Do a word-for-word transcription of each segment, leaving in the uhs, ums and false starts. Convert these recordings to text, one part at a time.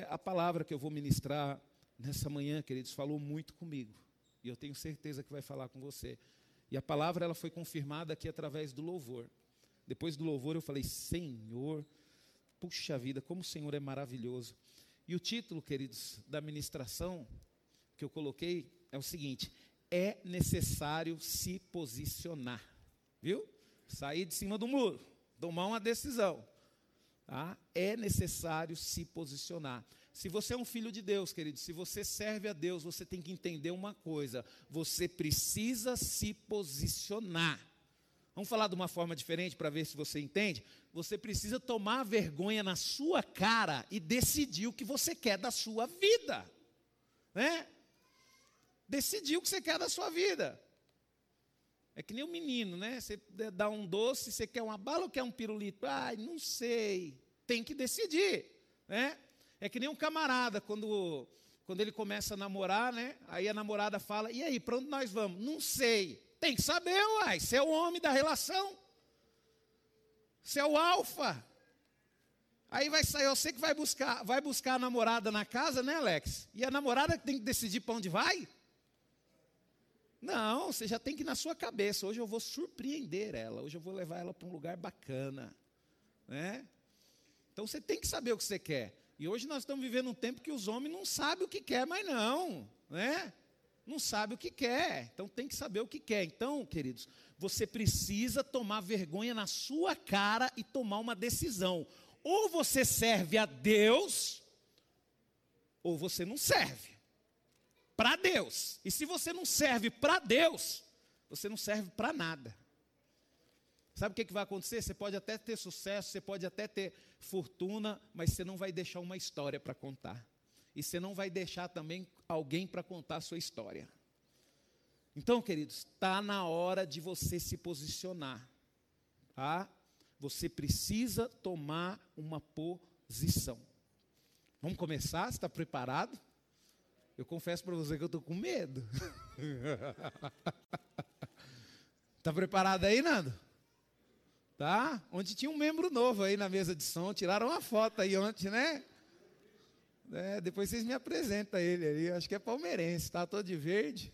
é a palavra que eu vou ministrar nessa manhã, queridos, falou muito comigo. E eu tenho certeza que vai falar com você. E a palavra ela foi confirmada aqui através do louvor. Depois do louvor eu falei, Senhor, puxa vida, como o Senhor é maravilhoso. E o título, queridos, da ministração que eu coloquei é o seguinte: é necessário se posicionar. Viu? Sair de cima do muro, tomar uma decisão. Tá? É necessário se posicionar. Se você é um filho de Deus, querido, se você serve a Deus, você tem que entender uma coisa: você precisa se posicionar. Vamos falar de uma forma diferente para ver se você entende? Você precisa tomar vergonha na sua cara e decidir o que você quer da sua vida. Né? Decidir o que você quer da sua vida. É que nem um menino, né? Você dá um doce, você quer uma bala ou quer um pirulito? Ai, não sei. Tem que decidir, né? É que nem um camarada, quando, quando ele começa a namorar, né? Aí a namorada fala, e aí, para onde nós vamos? Não sei. Tem que saber, uai. Você é o homem da relação. Você é o alfa. Aí vai sair, você que vai buscar, vai buscar a namorada na casa, né, Alex? E a namorada tem que decidir para onde vai? Não, você já tem que ir na sua cabeça. Hoje eu vou surpreender ela. Hoje eu vou levar ela para um lugar bacana. Né? Então você tem que saber o que você quer. E hoje nós estamos vivendo um tempo que os homens não sabem o que quer, mas não. Né? Não sabem o que quer. Então tem que saber o que quer. Então, queridos, você precisa tomar vergonha na sua cara e tomar uma decisão. Ou você serve a Deus, ou você não serve. Para Deus. E se você não serve para Deus, você não serve para nada. Sabe o que, que vai acontecer? Você pode até ter sucesso, você pode até ter fortuna, mas você não vai deixar uma história para contar. E você não vai deixar também alguém para contar a sua história. Então, queridos, está na hora de você se posicionar. Tá? Você precisa tomar uma posição. Vamos começar? Você está preparado? Eu confesso para você que eu estou com medo. Está preparado aí, Nando? Tá? Ontem tinha um membro novo aí na mesa de som. Tiraram uma foto aí ontem, né? É, depois vocês me apresentam ele ali. Acho que é palmeirense, tá? Todo de verde.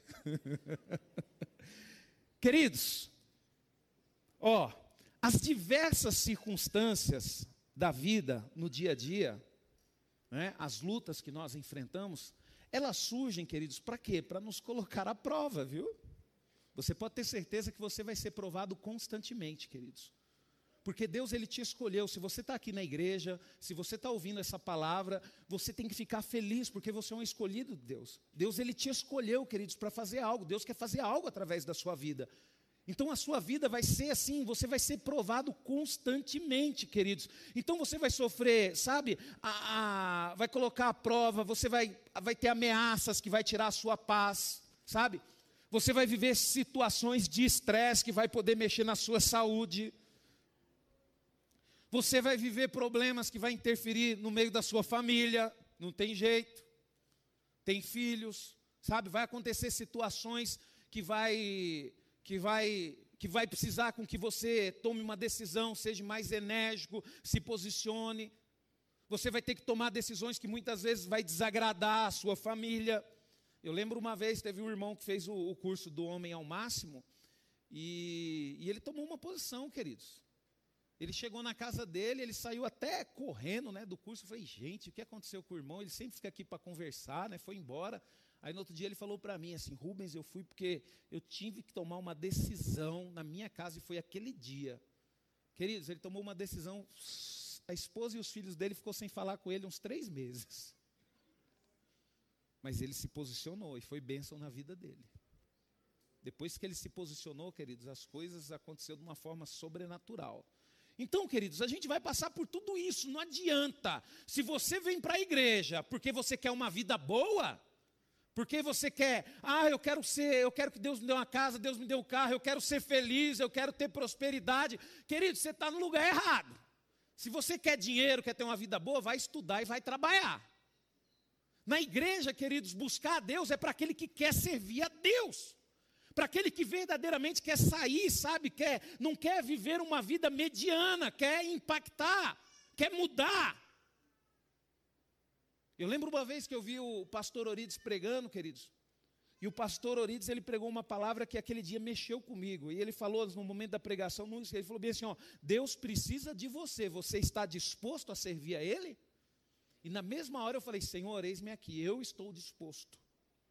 Queridos, ó, as diversas circunstâncias da vida no dia a dia, né, as lutas que nós enfrentamos, elas surgem, queridos, para quê? Para nos colocar à prova, viu? Você pode ter certeza que você vai ser provado constantemente, queridos. Porque Deus, Ele te escolheu. Se você está aqui na igreja, se você está ouvindo essa palavra, você tem que ficar feliz, porque você é um escolhido de Deus. Deus, Ele te escolheu, queridos, para fazer algo. Deus quer fazer algo através da sua vida. Então a sua vida vai ser assim, você vai ser provado constantemente, queridos. Então você vai sofrer, sabe, a, a, vai colocar à prova, você vai, vai ter ameaças que vai tirar a sua paz, sabe? Você vai viver situações de estresse que vai poder mexer na sua saúde. Você vai viver problemas que vai interferir no meio da sua família, não tem jeito. Tem filhos, sabe? Vai acontecer situações que vai... que vai, que vai precisar com que você tome uma decisão, seja mais enérgico, se posicione. Você vai ter que tomar decisões que muitas vezes vai desagradar a sua família. Eu lembro uma vez, teve um irmão que fez o, o curso do Homem ao Máximo, e, e ele tomou uma posição, queridos. Ele chegou na casa dele, ele saiu até correndo, né, do curso. Eu falei, gente, o que aconteceu com o irmão? Ele sempre fica aqui para conversar, né, foi embora. Aí no outro dia ele falou para mim assim, Rubens, eu fui porque eu tive que tomar uma decisão na minha casa e foi aquele dia. Queridos, ele tomou uma decisão, a esposa e os filhos dele ficou sem falar com ele uns três meses. Mas ele se posicionou e foi bênção na vida dele. Depois que ele se posicionou, queridos, as coisas aconteceram de uma forma sobrenatural. Então, queridos, a gente vai passar por tudo isso, não adianta. Se você vem para a igreja porque você quer uma vida boa, porque você quer, ah, eu quero ser, eu quero que Deus me dê uma casa, Deus me dê um carro, eu quero ser feliz, eu quero ter prosperidade. Querido, você está no lugar errado. Se você quer dinheiro, quer ter uma vida boa, vai estudar e vai trabalhar. Na igreja, queridos, buscar a Deus é para aquele que quer servir a Deus. Para aquele que verdadeiramente quer sair, sabe, quer, não quer viver uma vida mediana, quer impactar, quer mudar. Eu lembro uma vez que eu vi o pastor Orides pregando, queridos, e o pastor Orides, ele pregou uma palavra que aquele dia mexeu comigo, e ele falou no momento da pregação, ele falou bem assim, ó, Deus precisa de você, você está disposto a servir a Ele? E na mesma hora eu falei, Senhor, eis-me aqui, eu estou disposto.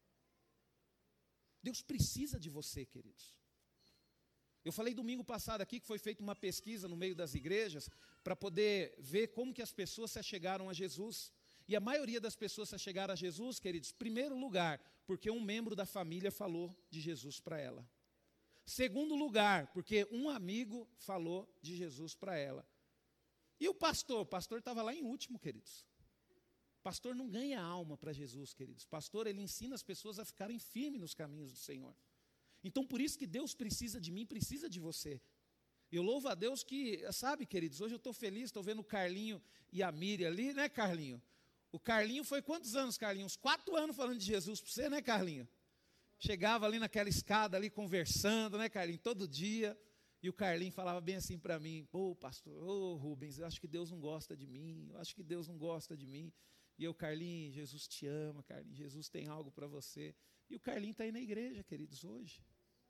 Deus precisa de você, queridos. Eu falei domingo passado aqui que foi feita uma pesquisa no meio das igrejas para poder ver como que as pessoas se achegaram a Jesus. E a maioria das pessoas se achegaram a Jesus, queridos, primeiro lugar, porque um membro da família falou de Jesus para ela. Segundo lugar, porque um amigo falou de Jesus para ela. E o pastor? O pastor estava lá em último, queridos. Pastor não ganha alma para Jesus, queridos. Pastor, ele ensina as pessoas a ficarem firmes nos caminhos do Senhor. Então, por isso que Deus precisa de mim, precisa de você. Eu louvo a Deus que, sabe, queridos, hoje eu estou feliz, estou vendo o Carlinho e a Miriam ali, né, Carlinho? O Carlinho foi quantos anos, Carlinho? Uns quatro anos falando de Jesus para você, né, Carlinho? Chegava ali naquela escada ali conversando, né, Carlinho? Todo dia. E o Carlinho falava bem assim para mim, pô, pastor, ô Rubens, eu acho que Deus não gosta de mim, eu acho que Deus não gosta de mim. E eu, Carlinho, Jesus te ama, Carlinho, Jesus tem algo para você. E o Carlinho está aí na igreja, queridos, hoje.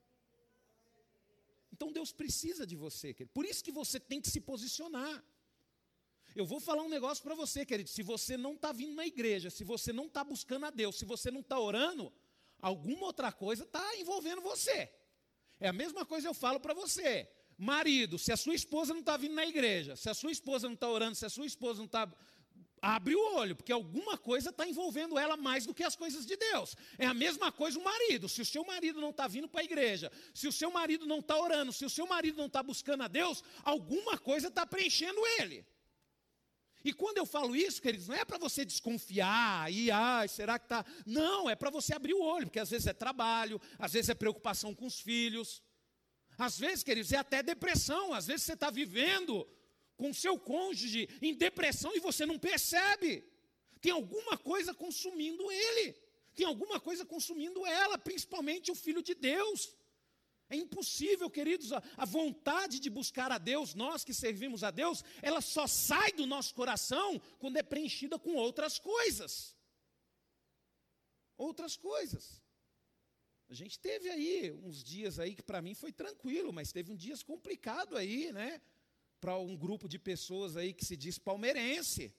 Então Deus precisa de você, querido. Por isso que você tem que se posicionar. Eu vou falar um negócio para você, querido. Se você não está vindo na igreja, se você não está buscando a Deus, se você não está orando, alguma outra coisa está envolvendo você. É a mesma coisa eu falo para você. Marido, se a sua esposa não está vindo na igreja, se a sua esposa não está orando, se a sua esposa não está... Abre o olho, porque alguma coisa está envolvendo ela mais do que as coisas de Deus. É a mesma coisa o marido. Se o seu marido não está vindo para a igreja, se o seu marido não está orando, se o seu marido não está buscando a Deus, alguma coisa está preenchendo ele. E quando eu falo isso, queridos, não é para você desconfiar, e ah, será que está... Não, é para você abrir o olho, porque às vezes é trabalho, às vezes é preocupação com os filhos. Às vezes, queridos, é até depressão, às vezes você está vivendo... com seu cônjuge em depressão e você não percebe. Tem alguma coisa consumindo ele. Tem alguma coisa consumindo ela, principalmente o Filho de Deus. É impossível, queridos, a, a vontade de buscar a Deus, nós que servimos a Deus, ela só sai do nosso coração quando é preenchida com outras coisas. Outras coisas. A gente teve aí uns dias aí que para mim foi tranquilo, mas teve um dias complicado aí, né? Para um grupo de pessoas aí que se diz palmeirense.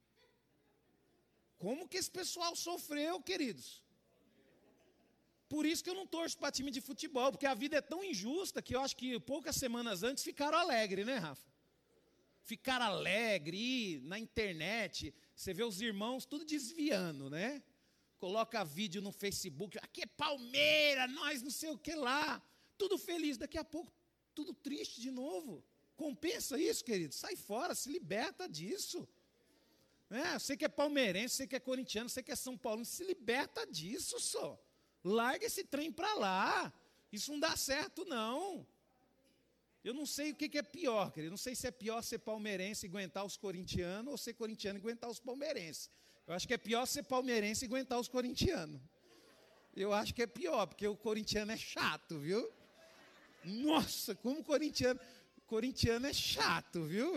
Como que esse pessoal sofreu, queridos? Por isso que eu não torço para time de futebol, porque a vida é tão injusta que eu acho que poucas semanas antes ficaram alegres, né, Rafa? Ficaram alegres na internet, você vê os irmãos tudo desviando, né? Coloca vídeo no Facebook, aqui é Palmeiras, nós não sei o que lá, tudo feliz, daqui a pouco tudo triste de novo. Compensa isso, querido? Sai fora, se liberta disso. É, você que é palmeirense, você que é corintiano, você que é São Paulo, se liberta disso só. Larga esse trem para lá. Isso não dá certo, não. Eu não sei o que, que é pior, querido. Não sei se é pior ser palmeirense e aguentar os corintianos ou ser corintiano e aguentar os palmeirenses. Eu acho que é pior ser palmeirense e aguentar os corintianos. Eu acho que é pior, porque o corintiano é chato, viu? Nossa, como corintiano... Corintiano é chato, viu?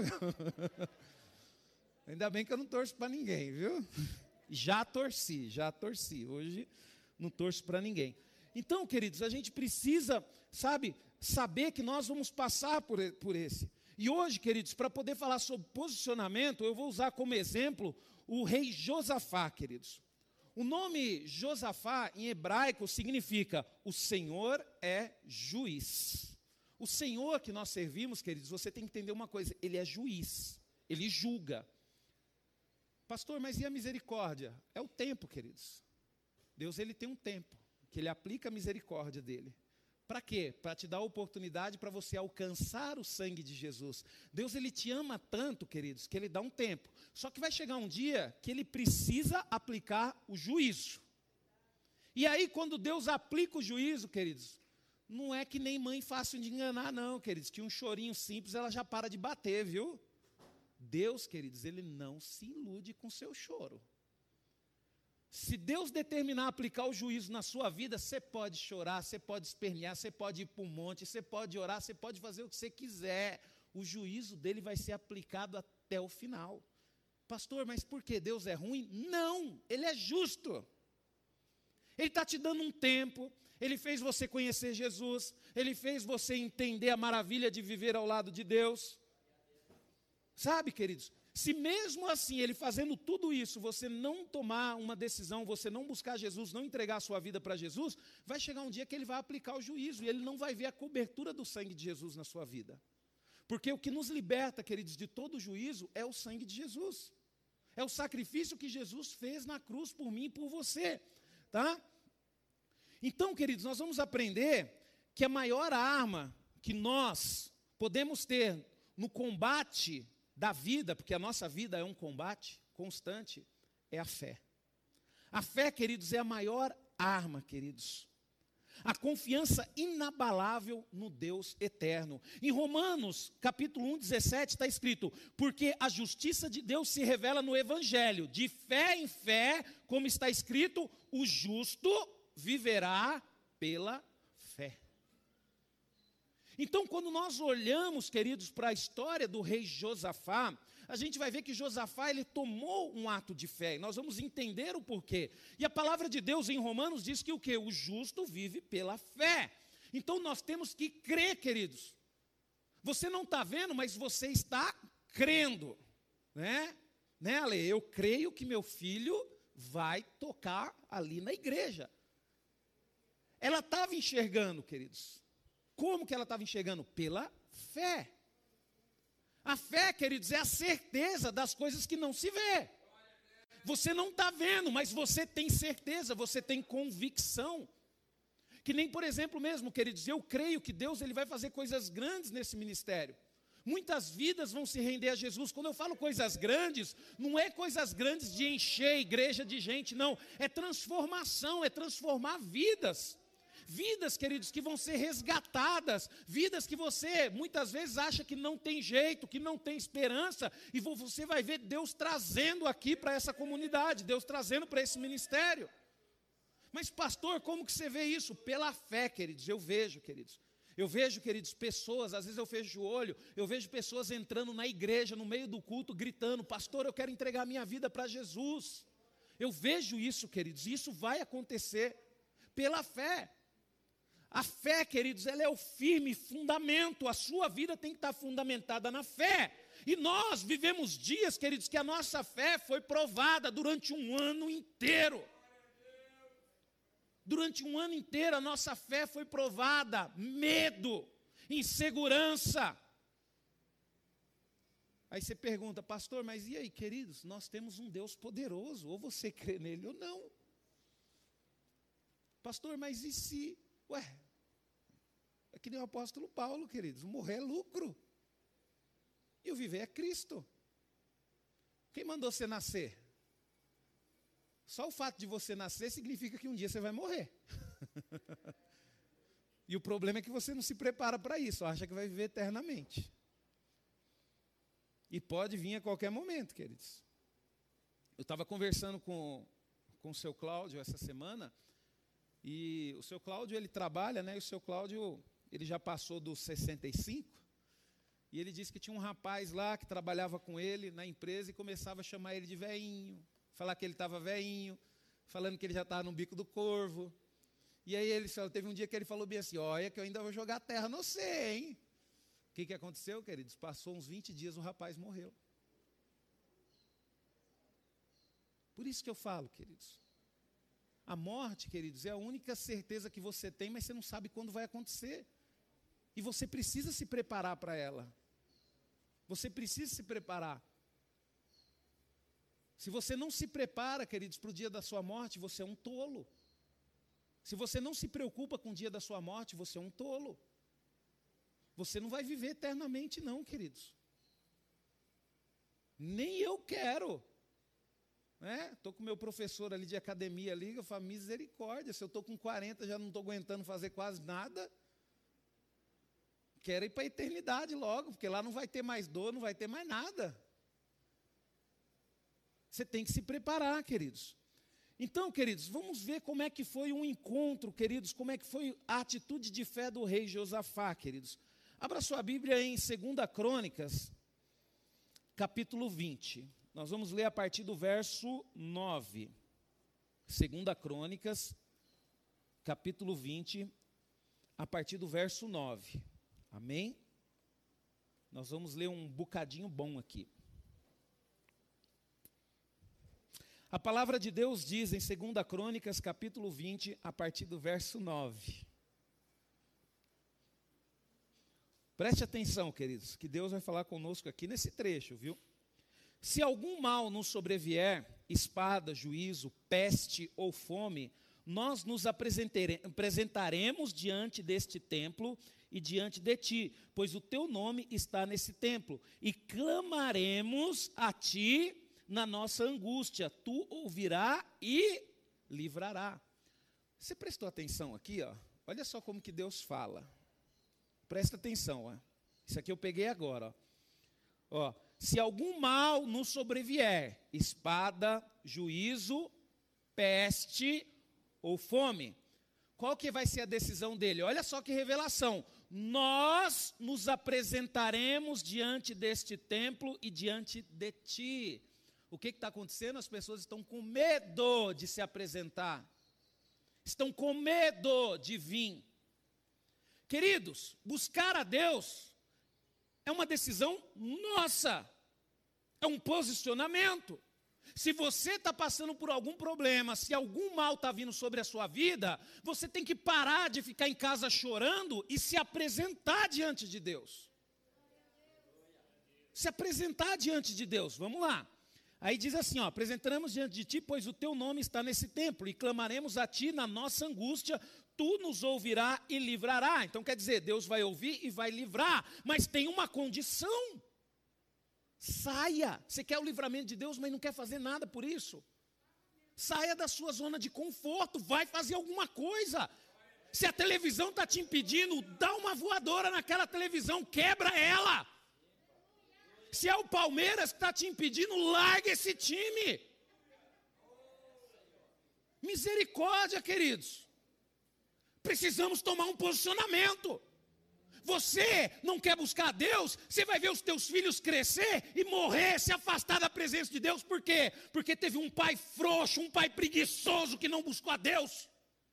Ainda bem que eu não torço para ninguém, viu? Já torci, já torci. Hoje não torço para ninguém. Então, queridos, a gente precisa, sabe, saber que nós vamos passar por, por esse. E hoje, queridos, para poder falar sobre posicionamento, eu vou usar como exemplo o rei Josafá, queridos. O nome Josafá, em hebraico, significa o Senhor é juiz. O Senhor que nós servimos, queridos, você tem que entender uma coisa, Ele é juiz, Ele julga. Pastor, mas e a misericórdia? É o tempo, queridos. Deus, Ele tem um tempo, que Ele aplica a misericórdia dEle. Para quê? Para te dar a oportunidade para você alcançar o sangue de Jesus. Deus, Ele te ama tanto, queridos, que Ele dá um tempo. Só que vai chegar um dia que Ele precisa aplicar o juízo. E aí, quando Deus aplica o juízo, queridos, não é que nem mãe fácil de enganar, não, queridos, que um chorinho simples ela já para de bater, viu? Deus, queridos, Ele não se ilude com o seu choro. Se Deus determinar aplicar o juízo na sua vida, você pode chorar, você pode espernear, você pode ir para o monte, você pode orar, você pode fazer o que você quiser. O juízo dele vai ser aplicado até o final. Pastor, mas por que Deus é ruim? Não! Ele é justo. Ele está te dando um tempo, Ele fez você conhecer Jesus, Ele fez você entender a maravilha de viver ao lado de Deus. Sabe, queridos, se mesmo assim, Ele fazendo tudo isso, você não tomar uma decisão, você não buscar Jesus, não entregar a sua vida para Jesus, vai chegar um dia que Ele vai aplicar o juízo, e Ele não vai ver a cobertura do sangue de Jesus na sua vida. Porque o que nos liberta, queridos, de todo juízo, é o sangue de Jesus. É o sacrifício que Jesus fez na cruz por mim e por você. Tá? Então, queridos, nós vamos aprender que a maior arma que nós podemos ter no combate da vida, porque a nossa vida é um combate constante, é a fé. A fé, queridos, é a maior arma, queridos. A confiança inabalável no Deus eterno. Em Romanos, capítulo um, dezessete, está escrito: porque a justiça de Deus se revela no Evangelho, de fé em fé, como está escrito, o justo viverá pela fé. Então, quando nós olhamos, queridos, para a história do rei Josafá, a gente vai ver que Josafá, ele tomou um ato de fé, e nós vamos entender o porquê. E a palavra de Deus em Romanos diz que o quê? O justo vive pela fé. Então, nós temos que crer, queridos. Você não está vendo, mas você está crendo. Né, né, Ale? Eu creio que meu filho vai tocar ali na igreja. Ela estava enxergando, queridos. Como que ela estava enxergando? Pela fé. A fé, queridos, é a certeza das coisas que não se vê. Você não está vendo, mas você tem certeza, você tem convicção. Que nem, por exemplo, mesmo, queridos, eu creio que Deus ele vai fazer coisas grandes nesse ministério. Muitas vidas vão se render a Jesus. Quando eu falo coisas grandes, não é coisas grandes de encher a igreja de gente, não. É transformação, é transformar vidas. Vidas, queridos, que vão ser resgatadas, vidas que você muitas vezes acha que não tem jeito, que não tem esperança, e você vai ver Deus trazendo aqui para essa comunidade, Deus trazendo para esse ministério. Mas pastor, como que você vê isso? Pela fé, queridos, eu vejo, queridos. Eu vejo, queridos, pessoas, às vezes eu fecho o olho, eu vejo pessoas entrando na igreja, no meio do culto, gritando: pastor, eu quero entregar a minha vida para Jesus. Eu vejo isso, queridos, e isso vai acontecer pela fé. A fé, queridos, ela é o firme fundamento, a sua vida tem que estar fundamentada na fé. E nós vivemos dias, queridos, que a nossa fé foi provada durante um ano inteiro. Durante um ano inteiro a nossa fé foi provada, medo, insegurança. Aí você pergunta: pastor, mas e aí, queridos, nós temos um Deus poderoso, ou você crê nele ou não. Pastor, mas e se... Ué, é que nem o apóstolo Paulo, queridos, o morrer é lucro, e o viver é Cristo. Quem mandou você nascer? Só o fato de você nascer significa que um dia você vai morrer. E o problema é que você não se prepara para isso, acha que vai viver eternamente. E pode vir a qualquer momento, queridos. Eu estava conversando com, com o seu Cláudio essa semana, e o seu Cláudio, ele trabalha, né? E o seu Cláudio, ele já passou dos sessenta e cinco, e ele disse que tinha um rapaz lá que trabalhava com ele na empresa e começava a chamar ele de velhinho, falar que ele estava velhinho, falando que ele já estava no bico do corvo. E aí ele falou, teve um dia que ele falou bem assim: olha que eu ainda vou jogar terra no você, hein? O que, que aconteceu, queridos? Passou uns vinte dias, o rapaz morreu. Por isso que eu falo, queridos, a morte, queridos, é a única certeza que você tem, mas você não sabe quando vai acontecer. E você precisa se preparar para ela. Você precisa se preparar. Se você não se prepara, queridos, para o dia da sua morte, você é um tolo. Se você não se preocupa com o dia da sua morte, você é um tolo. Você não vai viver eternamente, não, queridos. Nem eu quero. Estou com o meu professor ali de academia ali, eu falo: misericórdia, se eu estou com quarenta, já não estou aguentando fazer quase nada. Quero ir para a eternidade logo, porque lá não vai ter mais dor, não vai ter mais nada. Você tem que se preparar, queridos. Então, queridos, vamos ver como é que foi um encontro, queridos, como é que foi a atitude de fé do rei Josafá, queridos. Abra sua Bíblia em Segunda Crônicas, capítulo vinte. Nós vamos ler a partir do verso nove. Segunda Crônicas, capítulo vinte, a partir do verso nove. Amém? Nós vamos ler um bocadinho bom aqui. A palavra de Deus diz em Segunda Crônicas, capítulo vinte, a partir do verso nove. Preste atenção, queridos, que Deus vai falar conosco aqui nesse trecho, viu? Se algum mal nos sobrevier, espada, juízo, peste ou fome, nós nos apresentaremos diante deste templo e diante de ti, pois o teu nome está nesse templo, e clamaremos a ti na nossa angústia, tu ouvirá e livrará. Você prestou atenção aqui, ó? Olha só como que Deus fala. Presta atenção, ó. Isso aqui eu peguei agora, ó. Ó, se algum mal nos sobrevier, espada, juízo, peste ou fome, qual que vai ser a decisão dele? Olha só que revelação. Nós nos apresentaremos diante deste templo e diante de ti. O que está acontecendo? As pessoas estão com medo de se apresentar. Estão com medo de vir. Queridos, buscar a Deus é uma decisão nossa. É um posicionamento. Se você está passando por algum problema, se algum mal está vindo sobre a sua vida, você tem que parar de ficar em casa chorando e se apresentar diante de Deus. Se apresentar diante de Deus, vamos lá. Aí diz assim, ó, apresentaremos diante de ti, pois o teu nome está nesse templo, e clamaremos a ti na nossa angústia, tu nos ouvirá e livrará. Então quer dizer, Deus vai ouvir e vai livrar, mas tem uma condição. Saia. Você quer o livramento de Deus, mas não quer fazer nada por isso. Saia da sua zona de conforto, vai fazer alguma coisa. Se a televisão está te impedindo, dá uma voadora naquela televisão, quebra ela. Se é o Palmeiras que está te impedindo, larga esse time. Misericórdia, queridos. Precisamos tomar um posicionamento. Você não quer buscar a Deus, você vai ver os teus filhos crescer e morrer, se afastar da presença de Deus. Por quê? Porque teve um pai frouxo, um pai preguiçoso que não buscou a Deus.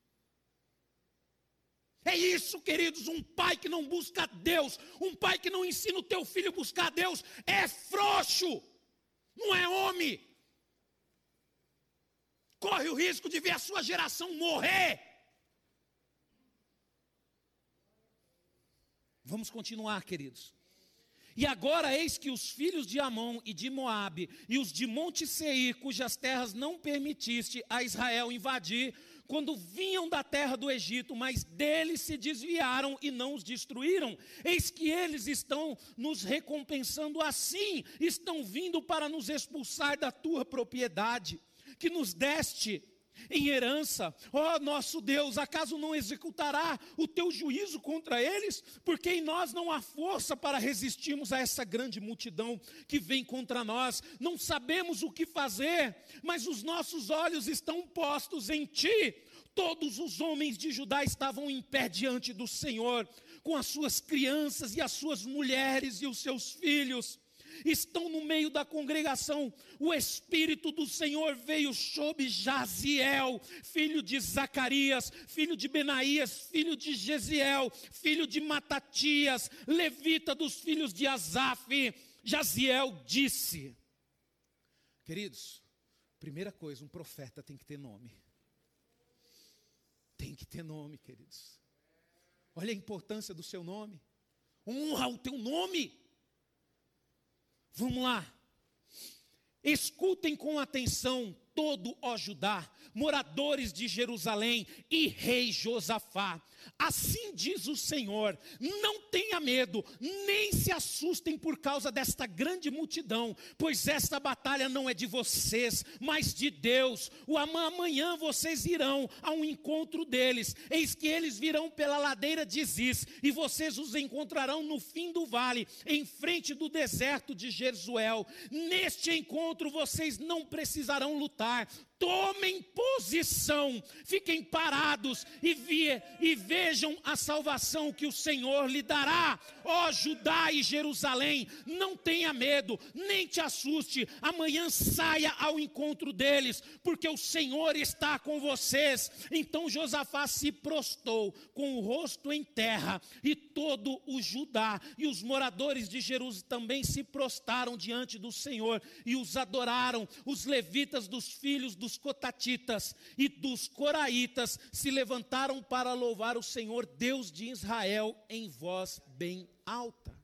É isso, queridos, um pai que não busca a Deus, um pai que não ensina o teu filho a buscar a Deus, é frouxo, não é homem. Corre o risco de ver a sua geração morrer. Vamos continuar, queridos. E agora eis que os filhos de Amon e de Moabe e os de Monte Seir, cujas terras não permitiste a Israel invadir, quando vinham da terra do Egito, mas deles se desviaram e não os destruíram, eis que eles estão nos recompensando assim, estão vindo para nos expulsar da tua propriedade, que nos deste em herança. Ó nosso Deus, acaso não executará o teu juízo contra eles? Porque em nós não há força para resistirmos a essa grande multidão que vem contra nós. Não sabemos o que fazer, mas os nossos olhos estão postos em ti. Todos os homens de Judá estavam em pé diante do Senhor, com as suas crianças e as suas mulheres e os seus filhos. Estão no meio da congregação. O Espírito do Senhor veio sobre Jaziel, filho de Zacarias, filho de Benaías, filho de Jeziel, filho de Matatias, levita dos filhos de Asaf. Jaziel disse. Queridos, primeira coisa, um profeta tem que ter nome. Tem que ter nome, queridos. Olha a importância do seu nome. Honra o teu nome. Vamos lá. Escutem com atenção todo, ó Judá, moradores de Jerusalém e rei Josafá. Assim diz o Senhor, não tenha medo, nem se assustem por causa desta grande multidão, pois esta batalha não é de vocês, mas de Deus. O amanhã vocês irão ao encontro deles, eis que eles virão pela ladeira de Ziz, e vocês os encontrarão no fim do vale, em frente do deserto de Jeruel. Neste encontro vocês não precisarão lutar. Tomem posição. Fiquem parados e, vie, e vejam a salvação que o Senhor lhe dará. Ó Judá e Jerusalém, não tenha medo, nem te assuste. Amanhã saia ao encontro deles, porque o Senhor está com vocês. Então Josafá se prostrou com o rosto em terra, e todo o Judá e os moradores de Jerusalém também se prostraram diante do Senhor e os adoraram. Os levitas dos filhos dos cotatitas e dos coraitas se levantaram para louvar o Senhor, Deus de Israel, em voz bem alta.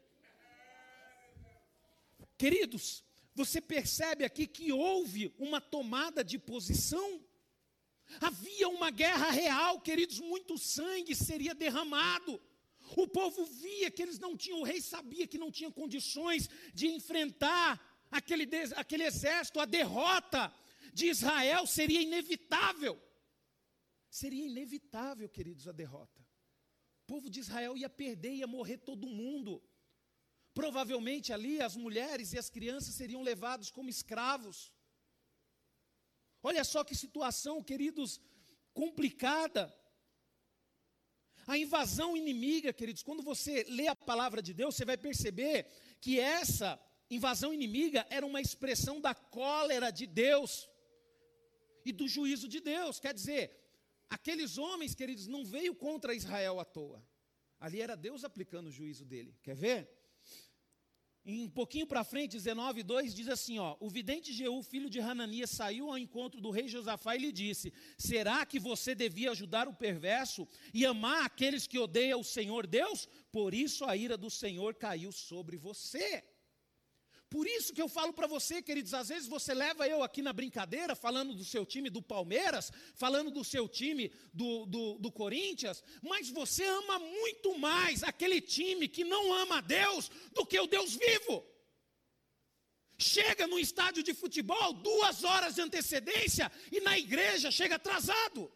Queridos, você percebe aqui que houve uma tomada de posição? Havia uma guerra real, queridos, muito sangue seria derramado. O povo via que eles não tinham, o rei sabia que não tinha condições de enfrentar aquele, aquele exército, a derrota de Israel seria inevitável. Seria inevitável, queridos, a derrota. O povo de Israel ia perder, ia morrer todo mundo. Provavelmente ali as mulheres e as crianças seriam levados como escravos. Olha só que situação, queridos, complicada. A invasão inimiga, queridos, quando você lê a palavra de Deus, você vai perceber que essa invasão inimiga era uma expressão da cólera de Deus e do juízo de Deus. Quer dizer, aqueles homens, queridos, não veio contra Israel à toa. Ali era Deus aplicando o juízo dele. Quer ver? Um pouquinho para frente, dezenove, dois, diz assim, ó, o vidente Jeú, filho de Hananias, saiu ao encontro do rei Josafá e lhe disse, será que você devia ajudar o perverso e amar aqueles que odeiam o Senhor Deus? Por isso a ira do Senhor caiu sobre você. Por isso que eu falo para você, queridos, às vezes você leva eu aqui na brincadeira, falando do seu time do Palmeiras, falando do seu time do, do, do Corinthians, mas você ama muito mais aquele time que não ama a Deus do que o Deus vivo. Chega no estádio de futebol, duas horas de antecedência, e na igreja chega atrasado.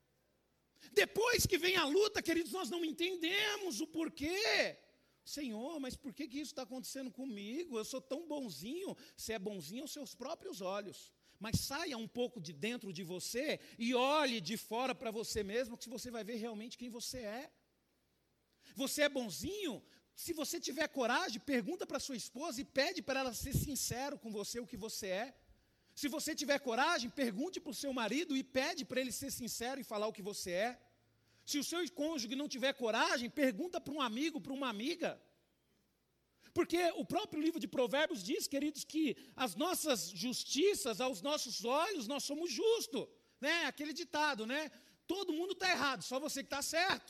Depois que vem a luta, queridos, nós não entendemos o porquê. Senhor, mas por que, que isso está acontecendo comigo? Eu sou tão bonzinho. Você é bonzinho aos seus próprios olhos. Mas saia um pouco de dentro de você e olhe de fora para você mesmo, que você vai ver realmente quem você é. Você é bonzinho? Se você tiver coragem, pergunta para sua esposa e pede para ela ser sincero com você o que você é. Se você tiver coragem, pergunte para o seu marido e pede para ele ser sincero e falar o que você é. Se o seu cônjuge não tiver coragem, pergunta para um amigo, para uma amiga. Porque o próprio livro de Provérbios diz, queridos, que as nossas justiças, aos nossos olhos, nós somos justos. Né? Aquele ditado, né? Todo mundo está errado, só você que está certo.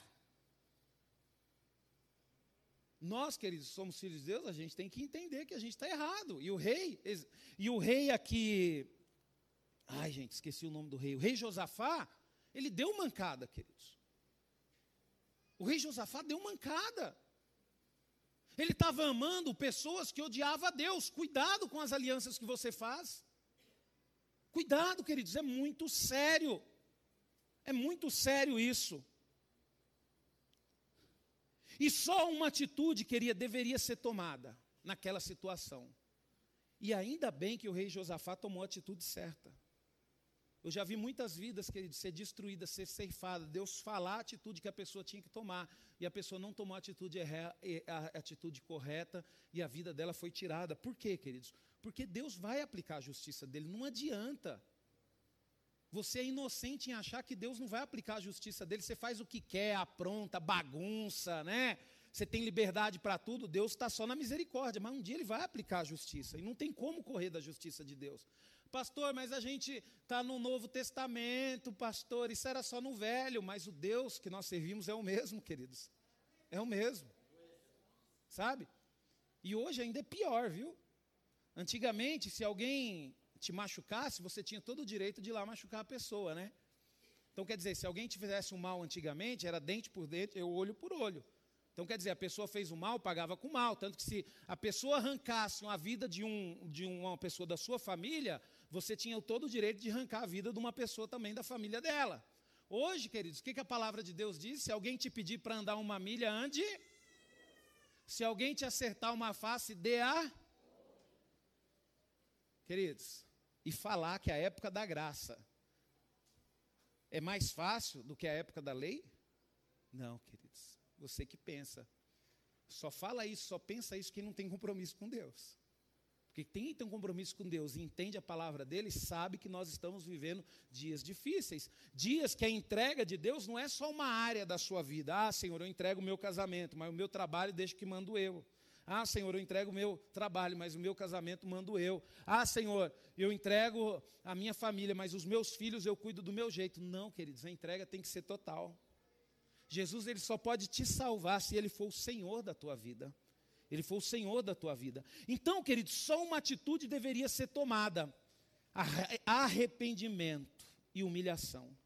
Nós, queridos, somos filhos de Deus, a gente tem que entender que a gente está errado. E o rei, e o rei aqui, ai gente, esqueci o nome do rei, o rei Josafá, ele deu mancada, queridos. O rei Josafá deu mancada. Ele estava amando pessoas que odiavam a Deus. Cuidado com as alianças que você faz. Cuidado, queridos, é muito sério. É muito sério isso. E só uma atitude, queria, deveria ser tomada naquela situação. E ainda bem que o rei Josafá tomou a atitude certa. Eu já vi muitas vidas, queridos, ser destruídas, ser ceifadas. Deus falar a atitude que a pessoa tinha que tomar. E a pessoa não tomou a atitude, a atitude correta e a vida dela foi tirada. Por quê, queridos? Porque Deus vai aplicar a justiça dele. Não adianta. Você é inocente em achar que Deus não vai aplicar a justiça dele. Você faz o que quer, apronta, bagunça, né? Você tem liberdade para tudo. Deus está só na misericórdia. Mas um dia ele vai aplicar a justiça. E não tem como correr da justiça de Deus. Pastor, mas a gente está no Novo Testamento, pastor, isso era só no Velho, mas o Deus que nós servimos é o mesmo, queridos, é o mesmo, sabe? E hoje ainda é pior, viu? Antigamente, se alguém te machucasse, você tinha todo o direito de ir lá machucar a pessoa, né? Então, quer dizer, se alguém te fizesse um mal antigamente, era dente por dente, olho por olho. Então, quer dizer, a pessoa fez o mal, pagava com mal. Tanto que se a pessoa arrancasse a vida de, um, de uma pessoa da sua família, você tinha todo o direito de arrancar a vida de uma pessoa também da família dela. Hoje, queridos, o que, que a palavra de Deus diz? Se alguém te pedir para andar uma milha, ande. Se alguém te acertar uma face, dê a. Queridos, e falar que é a época da graça. é mais fácil do que a época da lei? Não, queridos. Você que pensa. Só fala isso, só pensa isso quem não tem compromisso com Deus. Porque quem tem um compromisso com Deus e entende a palavra dele, sabe que nós estamos vivendo dias difíceis. Dias que a entrega de Deus não é só uma área da sua vida. Ah, Senhor, eu entrego o meu casamento, mas o meu trabalho deixa que mando eu. Ah, Senhor, eu entrego o meu trabalho, mas o meu casamento mando eu. Ah, Senhor, eu entrego a minha família, mas os meus filhos eu cuido do meu jeito. Não, queridos, a entrega tem que ser total. Jesus, ele só pode te salvar se ele for o Senhor da tua vida. Ele foi o Senhor da tua vida. Então, queridos, só uma atitude deveria ser tomada: arrependimento e humilhação.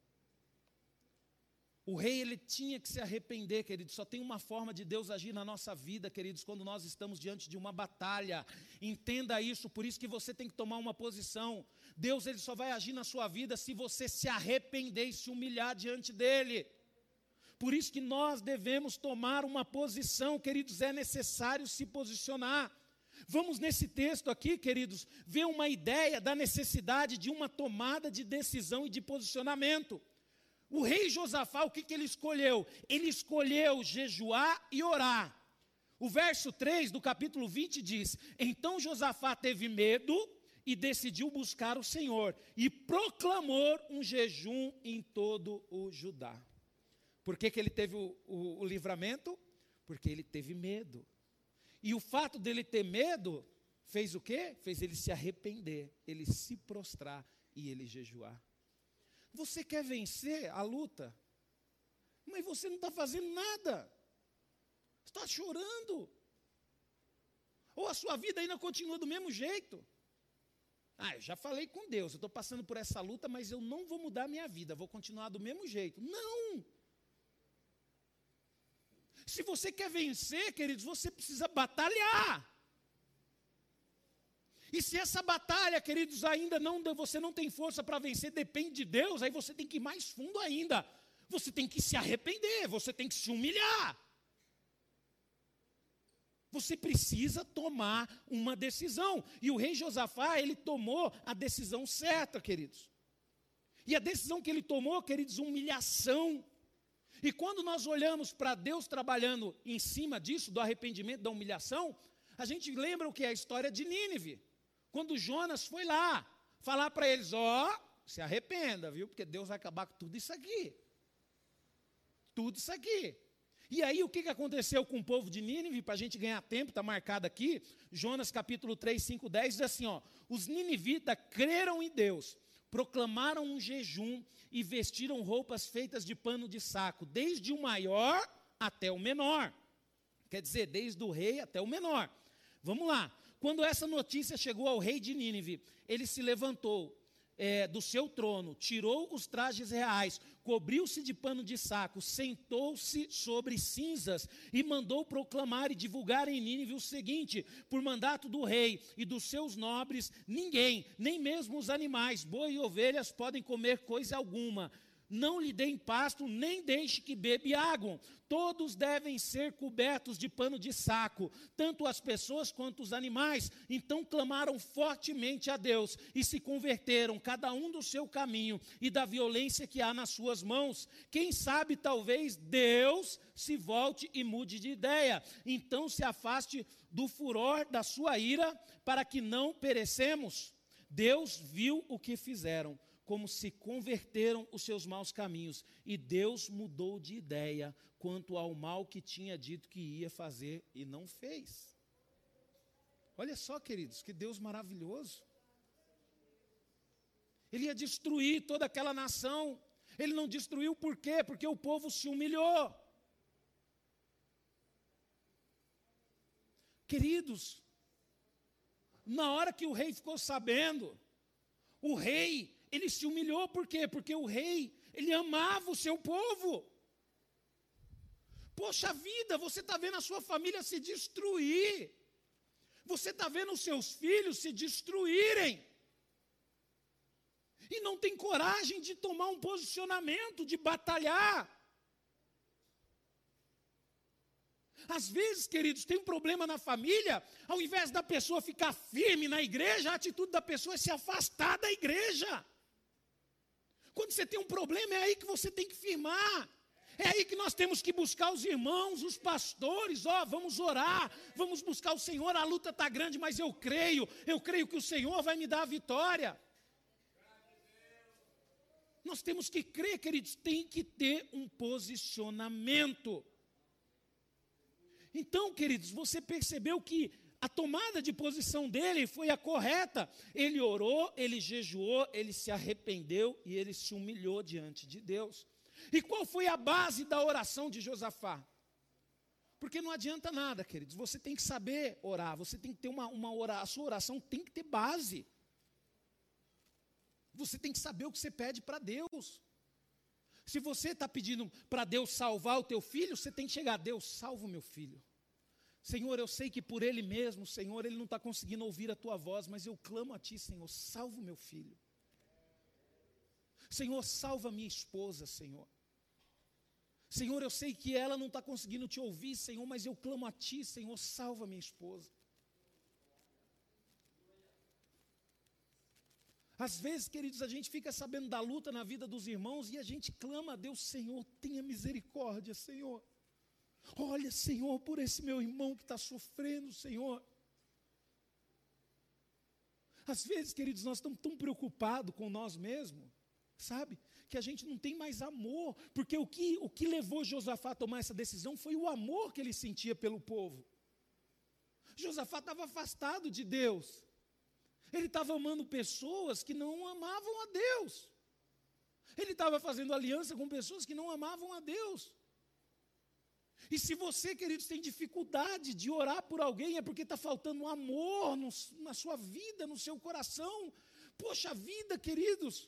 O rei, ele tinha que se arrepender, queridos. Só tem uma forma de Deus agir na nossa vida, queridos, quando nós estamos diante de uma batalha. Entenda isso, por isso que você tem que tomar uma posição. Deus, ele só vai agir na sua vida se você se arrepender e se humilhar diante dele. Por isso que nós devemos tomar uma posição, queridos, é necessário se posicionar. Vamos nesse texto aqui, queridos, ver uma ideia da necessidade de uma tomada de decisão e de posicionamento. O rei Josafá, o que, que ele escolheu? Ele escolheu jejuar e orar. O verso três do capítulo vinte diz: então Josafá teve medo e decidiu buscar o Senhor, e proclamou um jejum em todo o Judá. Por que, que ele teve o, o, o livramento? Porque ele teve medo. E o fato dele ter medo fez o quê? Fez ele se arrepender, ele se prostrar e ele jejuar. Você quer vencer a luta, mas você não está fazendo nada. Você está chorando. Ou a sua vida ainda continua do mesmo jeito. Ah, eu já falei com Deus, eu estou passando por essa luta, mas eu não vou mudar a minha vida, vou continuar do mesmo jeito. Não! Se você quer vencer, queridos, você precisa batalhar. E se essa batalha, queridos, ainda não, você não tem força para vencer, depende de Deus, aí você tem que ir mais fundo ainda. Você tem que se arrepender, você tem que se humilhar. Você precisa tomar uma decisão. E o rei Josafá, ele tomou a decisão certa, queridos. E a decisão que ele tomou, queridos, humilhação. E quando nós olhamos para Deus trabalhando em cima disso, do arrependimento, da humilhação, a gente lembra o que é a história de Nínive. Quando Jonas foi lá falar para eles: ó, oh, se arrependa, viu? Porque Deus vai acabar com tudo isso aqui. Tudo isso aqui. E aí o que aconteceu com o povo de Nínive, para a gente ganhar tempo, está marcado aqui, Jonas capítulo três, cinco, dez, diz assim, ó: os ninivitas creram em Deus, proclamaram um jejum e vestiram roupas feitas de pano de saco, desde o maior até o menor. Quer dizer, desde o rei até o menor. Vamos lá. Quando essa notícia chegou ao rei de Nínive, ele se levantou é, do seu trono, tirou os trajes reais, cobriu-se de pano de saco, sentou-se sobre cinzas e mandou proclamar e divulgar em Nínive o seguinte: por mandato do rei e dos seus nobres, ninguém, nem mesmo os animais, boi e ovelhas, podem comer coisa alguma. Não lhe deem pasto, nem deixe que bebe água. Todos devem ser cobertos de pano de saco, tanto as pessoas quanto os animais. Então clamaram fortemente a Deus e se converteram, cada um do seu caminho e da violência que há nas suas mãos. Quem sabe, talvez Deus se volte e mude de ideia. Então se afaste do furor da sua ira, para que não perecemos. Deus viu o que fizeram, como se converteram os seus maus caminhos, e Deus mudou de ideia quanto ao mal que tinha dito que ia fazer e não fez. Olha só, queridos, que Deus maravilhoso. Ele ia destruir toda aquela nação. Ele não destruiu por quê? Porque o povo se humilhou. Queridos, na hora que o rei ficou sabendo, o rei, ele se humilhou, por quê? Porque o rei, ele amava o seu povo. Poxa vida, você está vendo a sua família se destruir. Você está vendo os seus filhos se destruírem. E não tem coragem de tomar um posicionamento, de batalhar. Às vezes, queridos, tem um problema na família, ao invés da pessoa ficar firme na igreja, a atitude da pessoa é se afastar da igreja. Quando Quando você tem um problema, é aí que você tem que firmar. É aí que nós temos que buscar os irmãos, os pastores, ó, vamos orar, vamos buscar o Senhor, a luta está grande, mas eu creio, eu creio que o Senhor vai me dar a vitória. Nós temos que crer, queridos, tem que ter um posicionamento. Então, queridos, você percebeu que a tomada de posição dele foi a correta. Ele orou, ele jejuou, ele se arrependeu e ele se humilhou diante de Deus. E qual foi a base da oração de Josafá? Porque não adianta nada, queridos, você tem que saber orar, você tem que ter uma, uma oração, a sua oração tem que ter base. Você tem que saber o que você pede para Deus. Se você está pedindo para Deus salvar o teu filho, você tem que chegar, Deus, salva o meu filho. Senhor, eu sei que por ele mesmo, Senhor, ele não está conseguindo ouvir a tua voz, mas eu clamo a ti, Senhor, salva o meu filho. Senhor, salva minha esposa, Senhor. Senhor, eu sei que ela não está conseguindo te ouvir, Senhor, mas eu clamo a ti, Senhor, salva minha esposa. Às vezes, queridos, a gente fica sabendo da luta na vida dos irmãos e a gente clama a Deus, Senhor, tenha misericórdia, Senhor. Olha, Senhor, por esse meu irmão que está sofrendo, Senhor. Às vezes, queridos, nós estamos tão preocupados com nós mesmos, sabe? Que a gente não tem mais amor, porque o que, o que levou Josafá a tomar essa decisão foi o amor que ele sentia pelo povo. Josafá estava afastado de Deus. Ele estava amando pessoas que não amavam a Deus. Ele estava fazendo aliança com pessoas que não amavam a Deus. E se você, queridos, tem dificuldade de orar por alguém, é porque está faltando amor no, na sua vida, no seu coração. Poxa vida, queridos.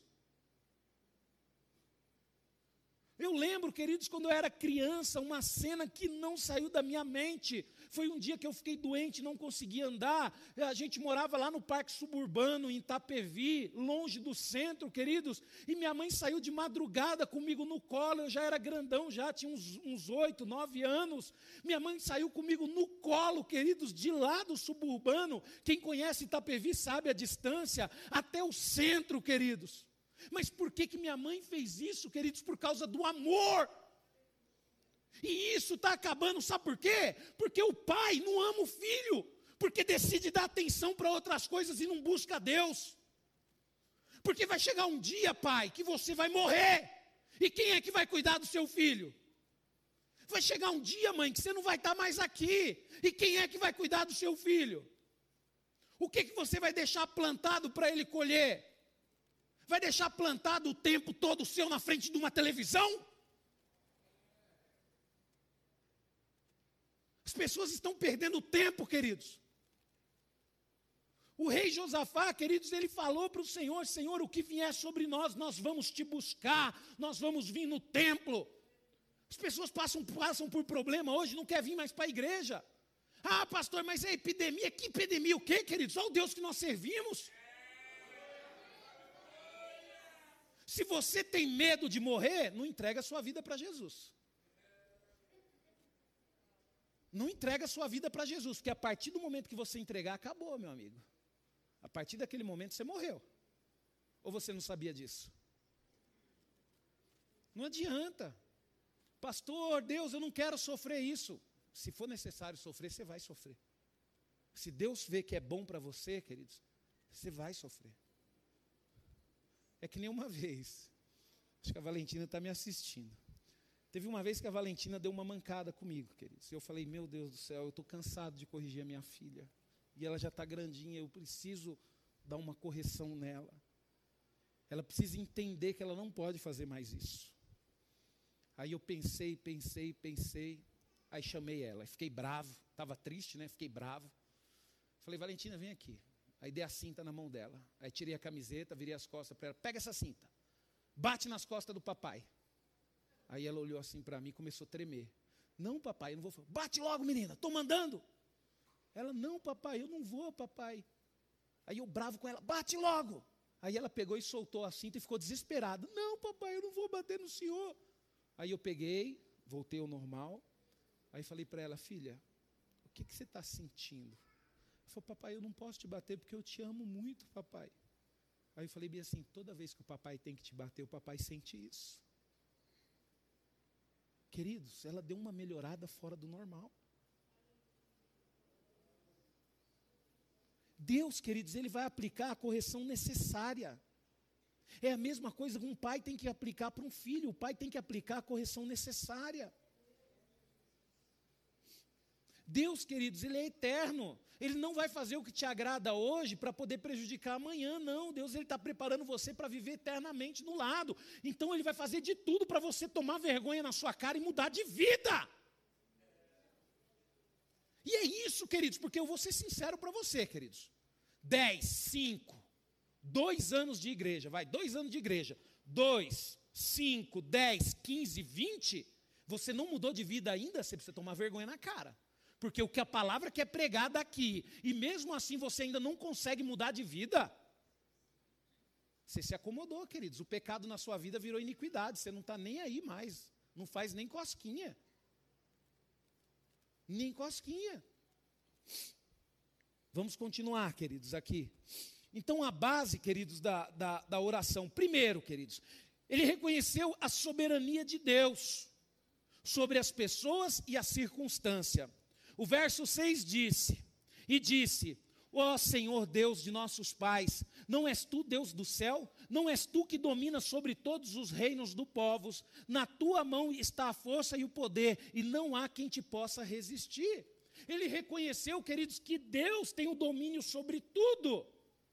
Eu lembro, queridos, quando eu era criança, uma cena que não saiu da minha mente. Foi um dia que eu fiquei doente, não conseguia andar. A gente morava lá no Parque Suburbano, em Itapevi, longe do centro, queridos. E minha mãe saiu de madrugada comigo no colo. Eu já era grandão, já tinha uns oito, nove anos. Minha mãe saiu comigo no colo, queridos, de lá do Suburbano. Quem conhece Itapevi sabe a distância, até o centro, queridos. Mas por que que minha mãe fez isso, queridos? Por causa do amor. E isso está acabando, sabe por quê? Porque o pai não ama o filho, porque decide dar atenção para outras coisas e não busca Deus. Porque vai chegar um dia, pai, que você vai morrer. E quem é que vai cuidar do seu filho? Vai chegar um dia, mãe, que você não vai estar mais aqui. E quem é que vai cuidar do seu filho? O que, que você vai deixar plantado para ele colher? Vai deixar plantado o tempo todo seu na frente de uma televisão? As pessoas estão perdendo tempo, queridos. O rei Josafá, queridos, ele falou para o Senhor, Senhor, o que vier sobre nós, nós vamos te buscar, nós vamos vir no templo. As pessoas passam, passam por problema hoje, não quer vir mais para a igreja. Ah, pastor, mas é epidemia, que epidemia o quê, queridos? Olha o Deus que nós servimos. Se você tem medo de morrer, não entrega a sua vida para Jesus. Não entrega a sua vida para Jesus, porque a partir do momento que você entregar, acabou, meu amigo. A partir daquele momento você morreu. Ou você não sabia disso? Não adianta. Pastor, Deus, eu não quero sofrer isso. Se for necessário sofrer, você vai sofrer. Se Deus vê que é bom para você, queridos, você vai sofrer. É que nem uma vez, acho que a Valentina está me assistindo. Teve uma vez que a Valentina deu uma mancada comigo, queridos. Eu falei, meu Deus do céu, eu estou cansado de corrigir a minha filha. E ela já está grandinha, eu preciso dar uma correção nela. Ela precisa entender que ela não pode fazer mais isso. Aí eu pensei, pensei, pensei. Aí chamei ela, fiquei bravo. Estava triste, né? Fiquei bravo. Falei, Valentina, vem aqui. Aí dei a cinta na mão dela. Aí tirei a camiseta, virei as costas para ela. Pega essa cinta. Bate nas costas do papai. Aí ela olhou assim para mim e começou a tremer. Não, papai, eu não vou falar. Bate logo, menina, estou mandando. Ela, não, papai, eu não vou, papai. Aí eu bravo com ela, bate logo. Aí ela pegou e soltou a cinta e ficou desesperada. Não, papai, eu não vou bater no senhor. Aí eu peguei, voltei ao normal. Aí falei para ela, filha, o que, que você está sentindo? Ela falou, papai, eu não posso te bater porque eu te amo muito, papai. Aí eu falei bem assim, toda vez que o papai tem que te bater, o papai sente isso. Queridos, ela deu uma melhorada fora do normal. Deus, queridos, Ele vai aplicar a correção necessária. É a mesma coisa que um pai tem que aplicar para um filho. O pai tem que aplicar a correção necessária. Deus, queridos, Ele é eterno. Ele não vai fazer o que te agrada hoje para poder prejudicar amanhã, não. Deus, Ele está preparando você para viver eternamente no lado. Então, Ele vai fazer de tudo para você tomar vergonha na sua cara e mudar de vida. E é isso, queridos, porque eu vou ser sincero para você, queridos. Dez, cinco, dois anos de igreja, vai, dois anos de igreja. Dois, cinco, dez, quinze, vinte, você não mudou de vida ainda, você precisa tomar vergonha na cara. Porque o que a palavra que é pregada aqui, e mesmo assim você ainda não consegue mudar de vida, você se acomodou, queridos. O pecado na sua vida virou iniquidade, você não está nem aí mais, não faz nem cosquinha. Nem cosquinha. Vamos continuar, queridos, aqui. Então, a base, queridos, da, da, da oração. Primeiro, queridos, ele reconheceu a soberania de Deus sobre as pessoas e a circunstância. O verso seis disse, e disse, ó Senhor Deus de nossos pais, não és tu Deus do céu? Não és tu que domina sobre todos os reinos dos povos? Na tua mão está a força e o poder, e não há quem te possa resistir. Ele reconheceu, queridos, que Deus tem o domínio sobre tudo.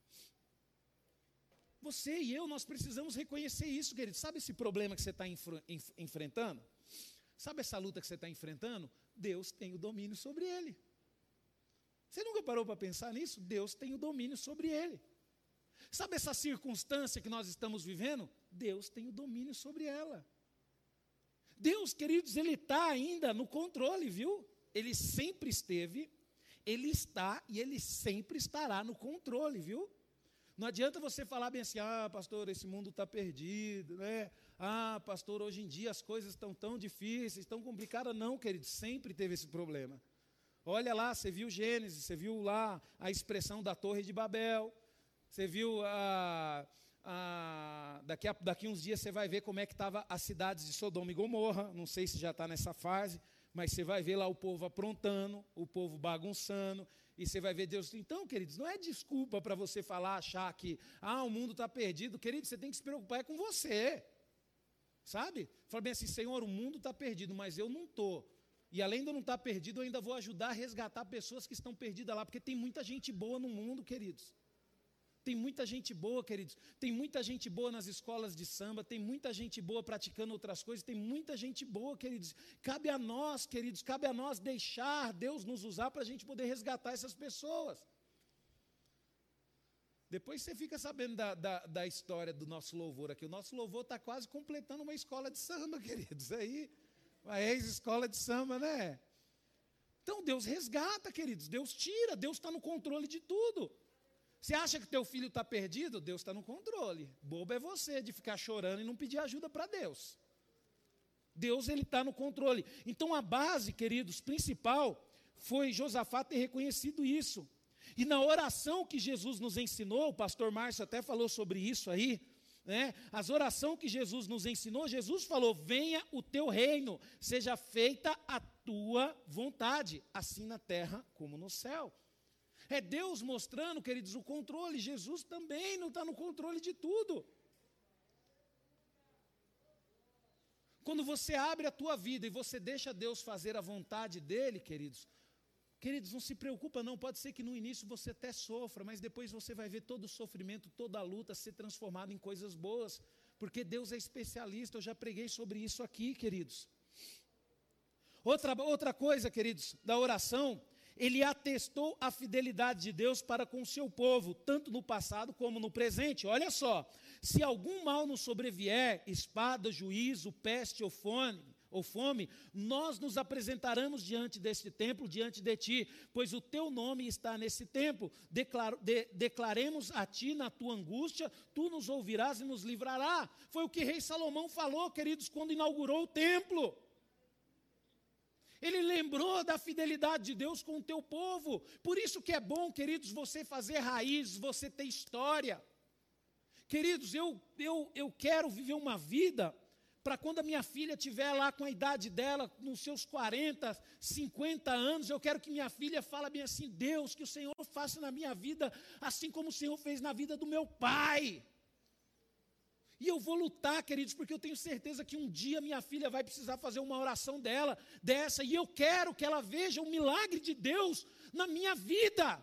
Você e eu, nós precisamos reconhecer isso, queridos. Sabe esse problema que você está enfr- enf- enfrentando? Sabe essa luta que você está enfrentando? Deus tem o domínio sobre ele. Você nunca parou para pensar nisso? Deus tem o domínio sobre ele. Sabe essa circunstância que nós estamos vivendo? Deus tem o domínio sobre ela. Deus, queridos, Ele está ainda no controle, viu? Ele sempre esteve, Ele está e Ele sempre estará no controle, viu? Não adianta você falar bem assim, ah, pastor, esse mundo está perdido, né? Ah, pastor, hoje em dia as coisas estão tão difíceis, tão complicadas. Não, querido, sempre teve esse problema. Olha lá, você viu Gênesis, você viu lá a expressão da Torre de Babel, você viu, a, a, daqui, a, daqui uns dias você vai ver como é que estavam as cidades de Sodoma e Gomorra, não sei se já está nessa fase, mas você vai ver lá o povo aprontando, o povo bagunçando, e você vai ver Deus. Então, queridos, não é desculpa para você falar, achar que, ah, o mundo está perdido. Querido, você tem que se preocupar é com você, sabe? Fala bem assim, Senhor, o mundo está perdido, mas eu não estou. E além de eu não estar perdido, eu ainda vou ajudar a resgatar pessoas que estão perdidas lá, porque tem muita gente boa no mundo, queridos. Tem muita gente boa, queridos. Tem muita gente boa nas escolas de samba, tem muita gente boa praticando outras coisas, tem muita gente boa, queridos. Cabe a nós, queridos, cabe a nós deixar Deus nos usar para a gente poder resgatar essas pessoas. Depois você fica sabendo da, da, da história do nosso louvor aqui. O nosso louvor está quase completando uma escola de samba, queridos. Aí, uma ex-escola de samba, né? Então, Deus resgata, queridos. Deus tira, Deus está no controle de tudo. Você acha que teu filho está perdido? Deus está no controle. Bobo é você de ficar chorando e não pedir ajuda para Deus. Deus, Ele está no controle. Então, a base, queridos, principal, foi Josafá ter reconhecido isso. E na oração que Jesus nos ensinou, o pastor Márcio até falou sobre isso aí, né? As orações que Jesus nos ensinou, Jesus falou, venha o teu reino, seja feita a tua vontade, assim na terra como no céu. É Deus mostrando, queridos, o controle. Jesus também não está no controle de tudo. Quando você abre a tua vida e você deixa Deus fazer a vontade dEle, queridos, queridos, não se preocupa não, pode ser que no início você até sofra, mas depois você vai ver todo o sofrimento, toda a luta ser transformado em coisas boas, porque Deus é especialista, eu já preguei sobre isso aqui, queridos. Outra, outra coisa, queridos, da oração, ele atestou a fidelidade de Deus para com o seu povo, tanto no passado como no presente. Olha só, se algum mal nos sobrevier, espada, juízo, peste ou fome, ou fome, nós nos apresentaremos diante deste templo, diante de ti, pois o teu nome está nesse templo. Declaro, de, declaremos a ti na tua angústia, tu nos ouvirás e nos livrará. Foi o que rei Salomão falou, queridos, quando inaugurou o templo. Ele lembrou da fidelidade de Deus com o teu povo. Por isso que é bom, queridos, você fazer raízes, você ter história. Queridos, eu, eu, eu quero viver uma vida para quando a minha filha estiver lá com a idade dela, nos seus quarenta, cinquenta anos, eu quero que minha filha fale bem assim: Deus, que o Senhor faça na minha vida, assim como o Senhor fez na vida do meu pai. E eu vou lutar, queridos, porque eu tenho certeza que um dia minha filha vai precisar fazer uma oração dela, dessa, e eu quero que ela veja o milagre de Deus na minha vida.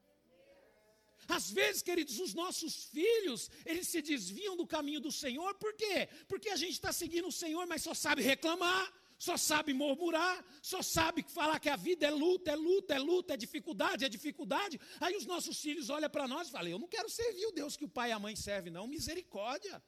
Às vezes, queridos, os nossos filhos, eles se desviam do caminho do Senhor, por quê? Porque a gente está seguindo o Senhor, mas só sabe reclamar, só sabe murmurar, só sabe falar que a vida é luta, é luta, é luta, é dificuldade, é dificuldade. Aí os nossos filhos olham para nós e falam: eu não quero servir o Deus que o pai e a mãe servem, não, misericórdia.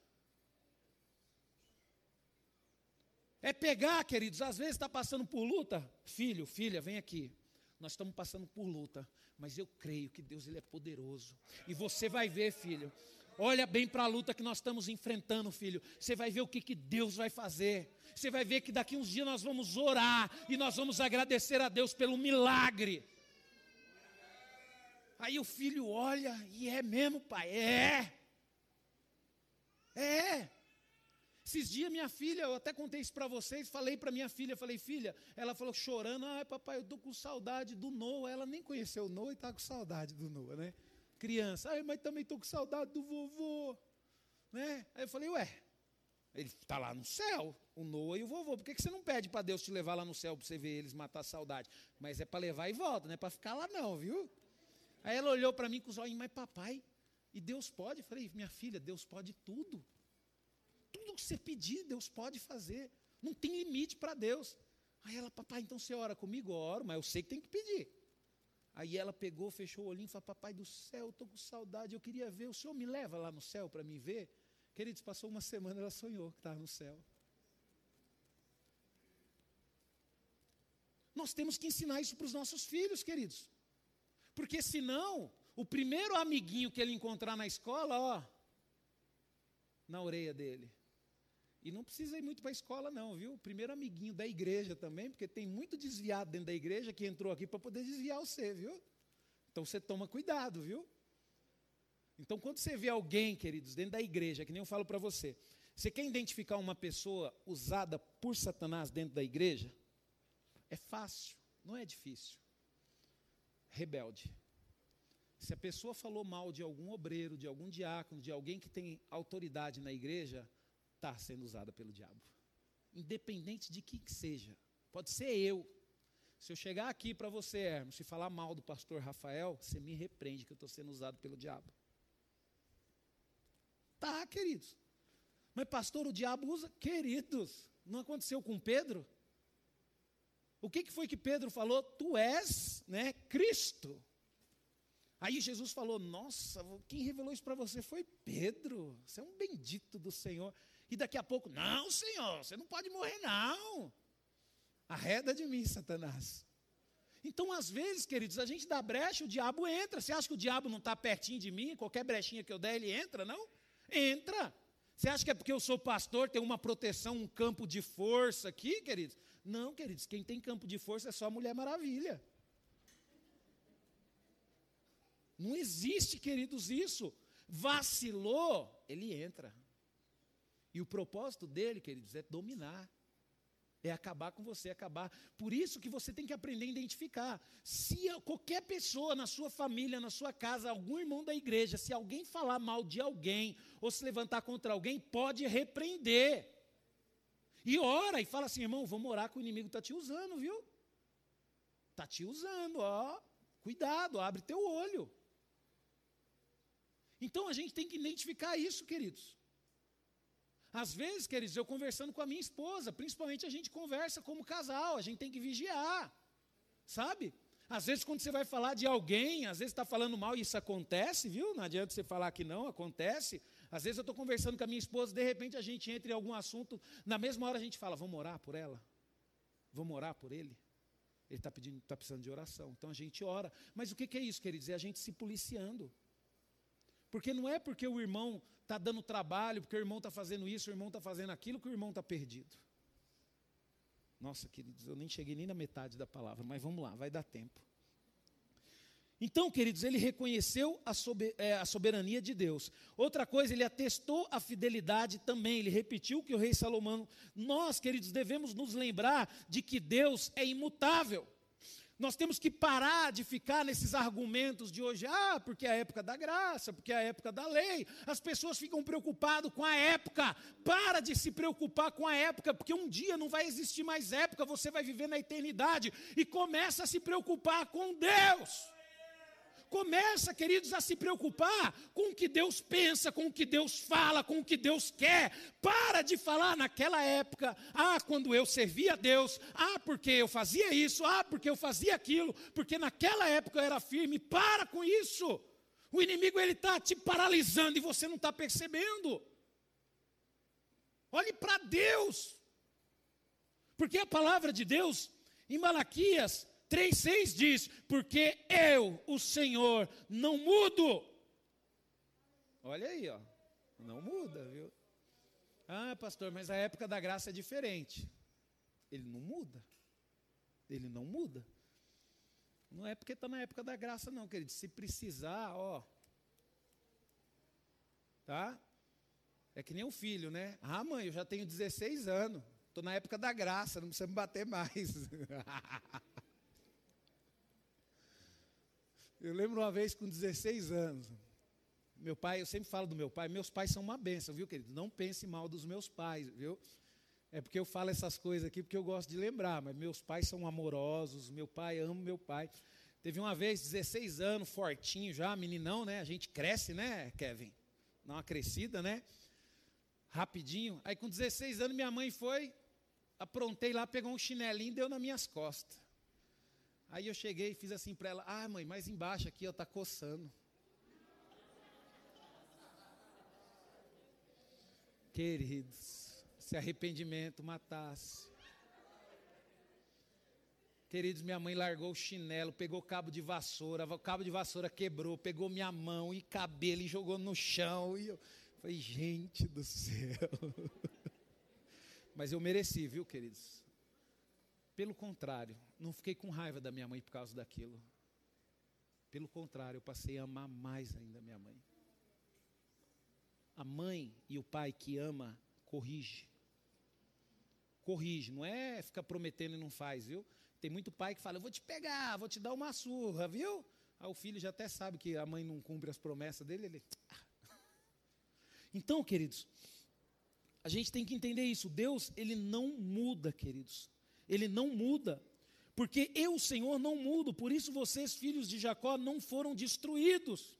É pegar, queridos, às vezes está passando por luta, filho, filha, vem aqui. Nós estamos passando por luta, mas eu creio que Deus, Ele é poderoso. E você vai ver, filho, olha bem para a luta que nós estamos enfrentando, filho. Você vai ver o que, que Deus vai fazer. Você vai ver que daqui uns dias nós vamos orar e nós vamos agradecer a Deus pelo milagre. Aí o filho olha e é mesmo, pai, é. É. Esses dias minha filha, eu até contei isso para vocês, falei para minha filha, falei: filha, ela falou chorando: ai papai, eu estou com saudade do Noah. Ela nem conheceu o Noah e está com saudade do Noah, né? Criança: ai, mas também estou com saudade do vovô, né? Aí eu falei: ué, ele está lá no céu, o Noah e o vovô, por que, que você não pede para Deus te levar lá no céu para você ver eles matar a saudade? Mas é para levar e volta, não é para ficar lá não, viu? Aí ela olhou para mim com os olhos: mas papai, e Deus pode? Eu falei: minha filha, Deus pode tudo. Tudo que você pedir, Deus pode fazer. Não tem limite para Deus. Aí ela: papai, então você ora comigo? Eu oro, mas eu sei que tem que pedir. Aí ela pegou, fechou o olhinho e falou: papai do céu, eu estou com saudade, eu queria ver, o senhor me leva lá no céu para me ver? Queridos, passou uma semana, ela sonhou que estava no céu. Nós temos que ensinar isso para os nossos filhos, queridos. Porque senão, o primeiro amiguinho que ele encontrar na escola, ó, na orelha dele. E não precisa ir muito para a escola não, viu? O primeiro amiguinho da igreja também, porque tem muito desviado dentro da igreja que entrou aqui para poder desviar você, viu? Então você toma cuidado, viu? Então quando você vê alguém, queridos, dentro da igreja, que nem eu falo para você, você quer identificar uma pessoa usada por Satanás dentro da igreja? É fácil, não é difícil. Rebelde. Se a pessoa falou mal de algum obreiro, de algum diácono, de alguém que tem autoridade na igreja, está sendo usada pelo diabo. Independente de que que seja. Pode ser eu. Se eu chegar aqui para você, Hermes, e falar mal do pastor Rafael, você me repreende que eu estou sendo usado pelo diabo. Tá, queridos. Mas pastor, o diabo usa? Queridos, não aconteceu com Pedro? O que, que foi que Pedro falou? Tu és, né, Cristo. Aí Jesus falou: nossa, quem revelou isso para você foi Pedro. Você é um bendito do Senhor. E daqui a pouco: não, Senhor, você não pode morrer não. Arreda de mim, Satanás. Então, às vezes, queridos, a gente dá brecha, o diabo entra. Você acha que o diabo não está pertinho de mim? Qualquer brechinha que eu der, ele entra, não? Entra. Você acha que é porque eu sou pastor, tem uma proteção, um campo de força aqui, queridos? Não, queridos, quem tem campo de força é só a Mulher Maravilha. Não existe, queridos, isso. Vacilou, ele entra. E o propósito dele, queridos, é dominar. É acabar com você, acabar. Por isso que você tem que aprender a identificar. Se qualquer pessoa na sua família, na sua casa, algum irmão da igreja, se alguém falar mal de alguém, ou se levantar contra alguém, pode repreender. E ora, e fala assim: irmão, vamos orar que o inimigo está te usando, viu? Está te usando, ó. Cuidado, abre teu olho. Então a gente tem que identificar isso, queridos. Às vezes, queridos, eu conversando com a minha esposa, principalmente a gente conversa como casal, a gente tem que vigiar, sabe? Às vezes quando você vai falar de alguém, às vezes está falando mal e isso acontece, viu? Não adianta você falar que não, acontece. Às vezes eu estou conversando com a minha esposa, de repente a gente entra em algum assunto, na mesma hora a gente fala: vamos orar por ela? Vamos orar por ele? Ele está pedindo, está precisando de oração, então a gente ora. Mas o que, que é isso, queridos? É a gente se policiando. Porque não é porque o irmão está dando trabalho, porque o irmão está fazendo isso, o irmão está fazendo aquilo, que o irmão está perdido. Nossa, queridos, eu nem cheguei nem na metade da palavra, mas vamos lá, vai dar tempo. Então, queridos, ele reconheceu a, sober, é, a soberania de Deus. Outra coisa, ele atestou a fidelidade também. Ele repetiu que o rei Salomão... Nós, queridos, devemos nos lembrar de que Deus é imutável. Nós temos que parar de ficar nesses argumentos de hoje. Ah, porque é a época da graça, porque é a época da lei. As pessoas ficam preocupadas com a época. Para de se preocupar com a época, porque um dia não vai existir mais época. Você vai viver na eternidade. E começa a se preocupar com Deus. Começa, queridos, a se preocupar com o que Deus pensa, com o que Deus fala, com o que Deus quer. Para de falar naquela época, ah, quando eu servia a Deus, ah, porque eu fazia isso, ah, porque eu fazia aquilo, porque naquela época eu era firme. Para com isso. O inimigo ele está te paralisando e você não está percebendo. Olhe para Deus. Porque a palavra de Deus, em Malaquias três, seis diz, porque eu, o Senhor, não mudo. Olha aí, ó, não muda, viu? Ah, pastor, mas a época da graça é diferente. Ele não muda. Ele não muda. Não é porque está na época da graça não, querido. Se precisar, ó. Tá? É que nem um filho, né? Ah, mãe, eu já tenho dezesseis anos. Estou na época da graça, não precisa me bater mais. Eu lembro uma vez com dezesseis anos, meu pai, eu sempre falo do meu pai, meus pais são uma bênção, viu, querido? Não pense mal dos meus pais, viu? É porque eu falo essas coisas aqui porque eu gosto de lembrar, mas meus pais são amorosos, meu pai, amo meu pai. Teve uma vez, dezesseis anos, fortinho já, meninão, né? A gente cresce, né, Kevin? Dá uma crescida, né? Rapidinho. Aí com dezesseis anos minha mãe foi, aprontei lá, pegou um chinelinho e deu nas minhas costas. Aí eu cheguei e fiz assim para ela, ah, mãe, mais embaixo aqui, ó, tá coçando. Queridos, se arrependimento matasse. Queridos, minha mãe largou o chinelo, pegou o cabo de vassoura, o cabo de vassoura quebrou, pegou minha mão e cabelo e jogou no chão. E eu falei, gente do céu. Mas eu mereci, viu, queridos? Pelo contrário, não fiquei com raiva da minha mãe por causa daquilo. Pelo contrário, eu passei a amar mais ainda a minha mãe. A mãe e o pai que ama, corrige. Corrige, não é ficar prometendo e não faz, viu? Tem muito pai que fala, eu vou te pegar, vou te dar uma surra, viu? Aí o filho já até sabe que a mãe não cumpre as promessas dele, ele... Então, queridos, a gente tem que entender isso. Deus, ele não muda, queridos. Ele não muda, porque eu, Senhor, não mudo, por isso vocês, filhos de Jacó, não foram destruídos.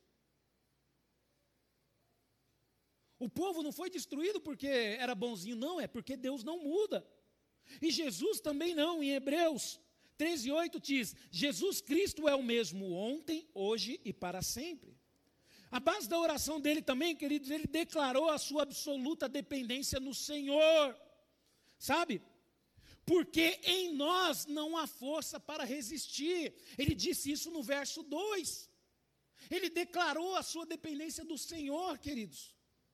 O povo não foi destruído porque era bonzinho, não, é porque Deus não muda. E Jesus também não, em Hebreus treze, oito diz, Jesus Cristo é o mesmo ontem, hoje e para sempre. A base da oração dele também, queridos, ele declarou a sua absoluta dependência no Senhor, sabe? Porque em nós não há força para resistir. Ele disse isso no verso dois. Ele declarou a sua dependência do Senhor, queridos.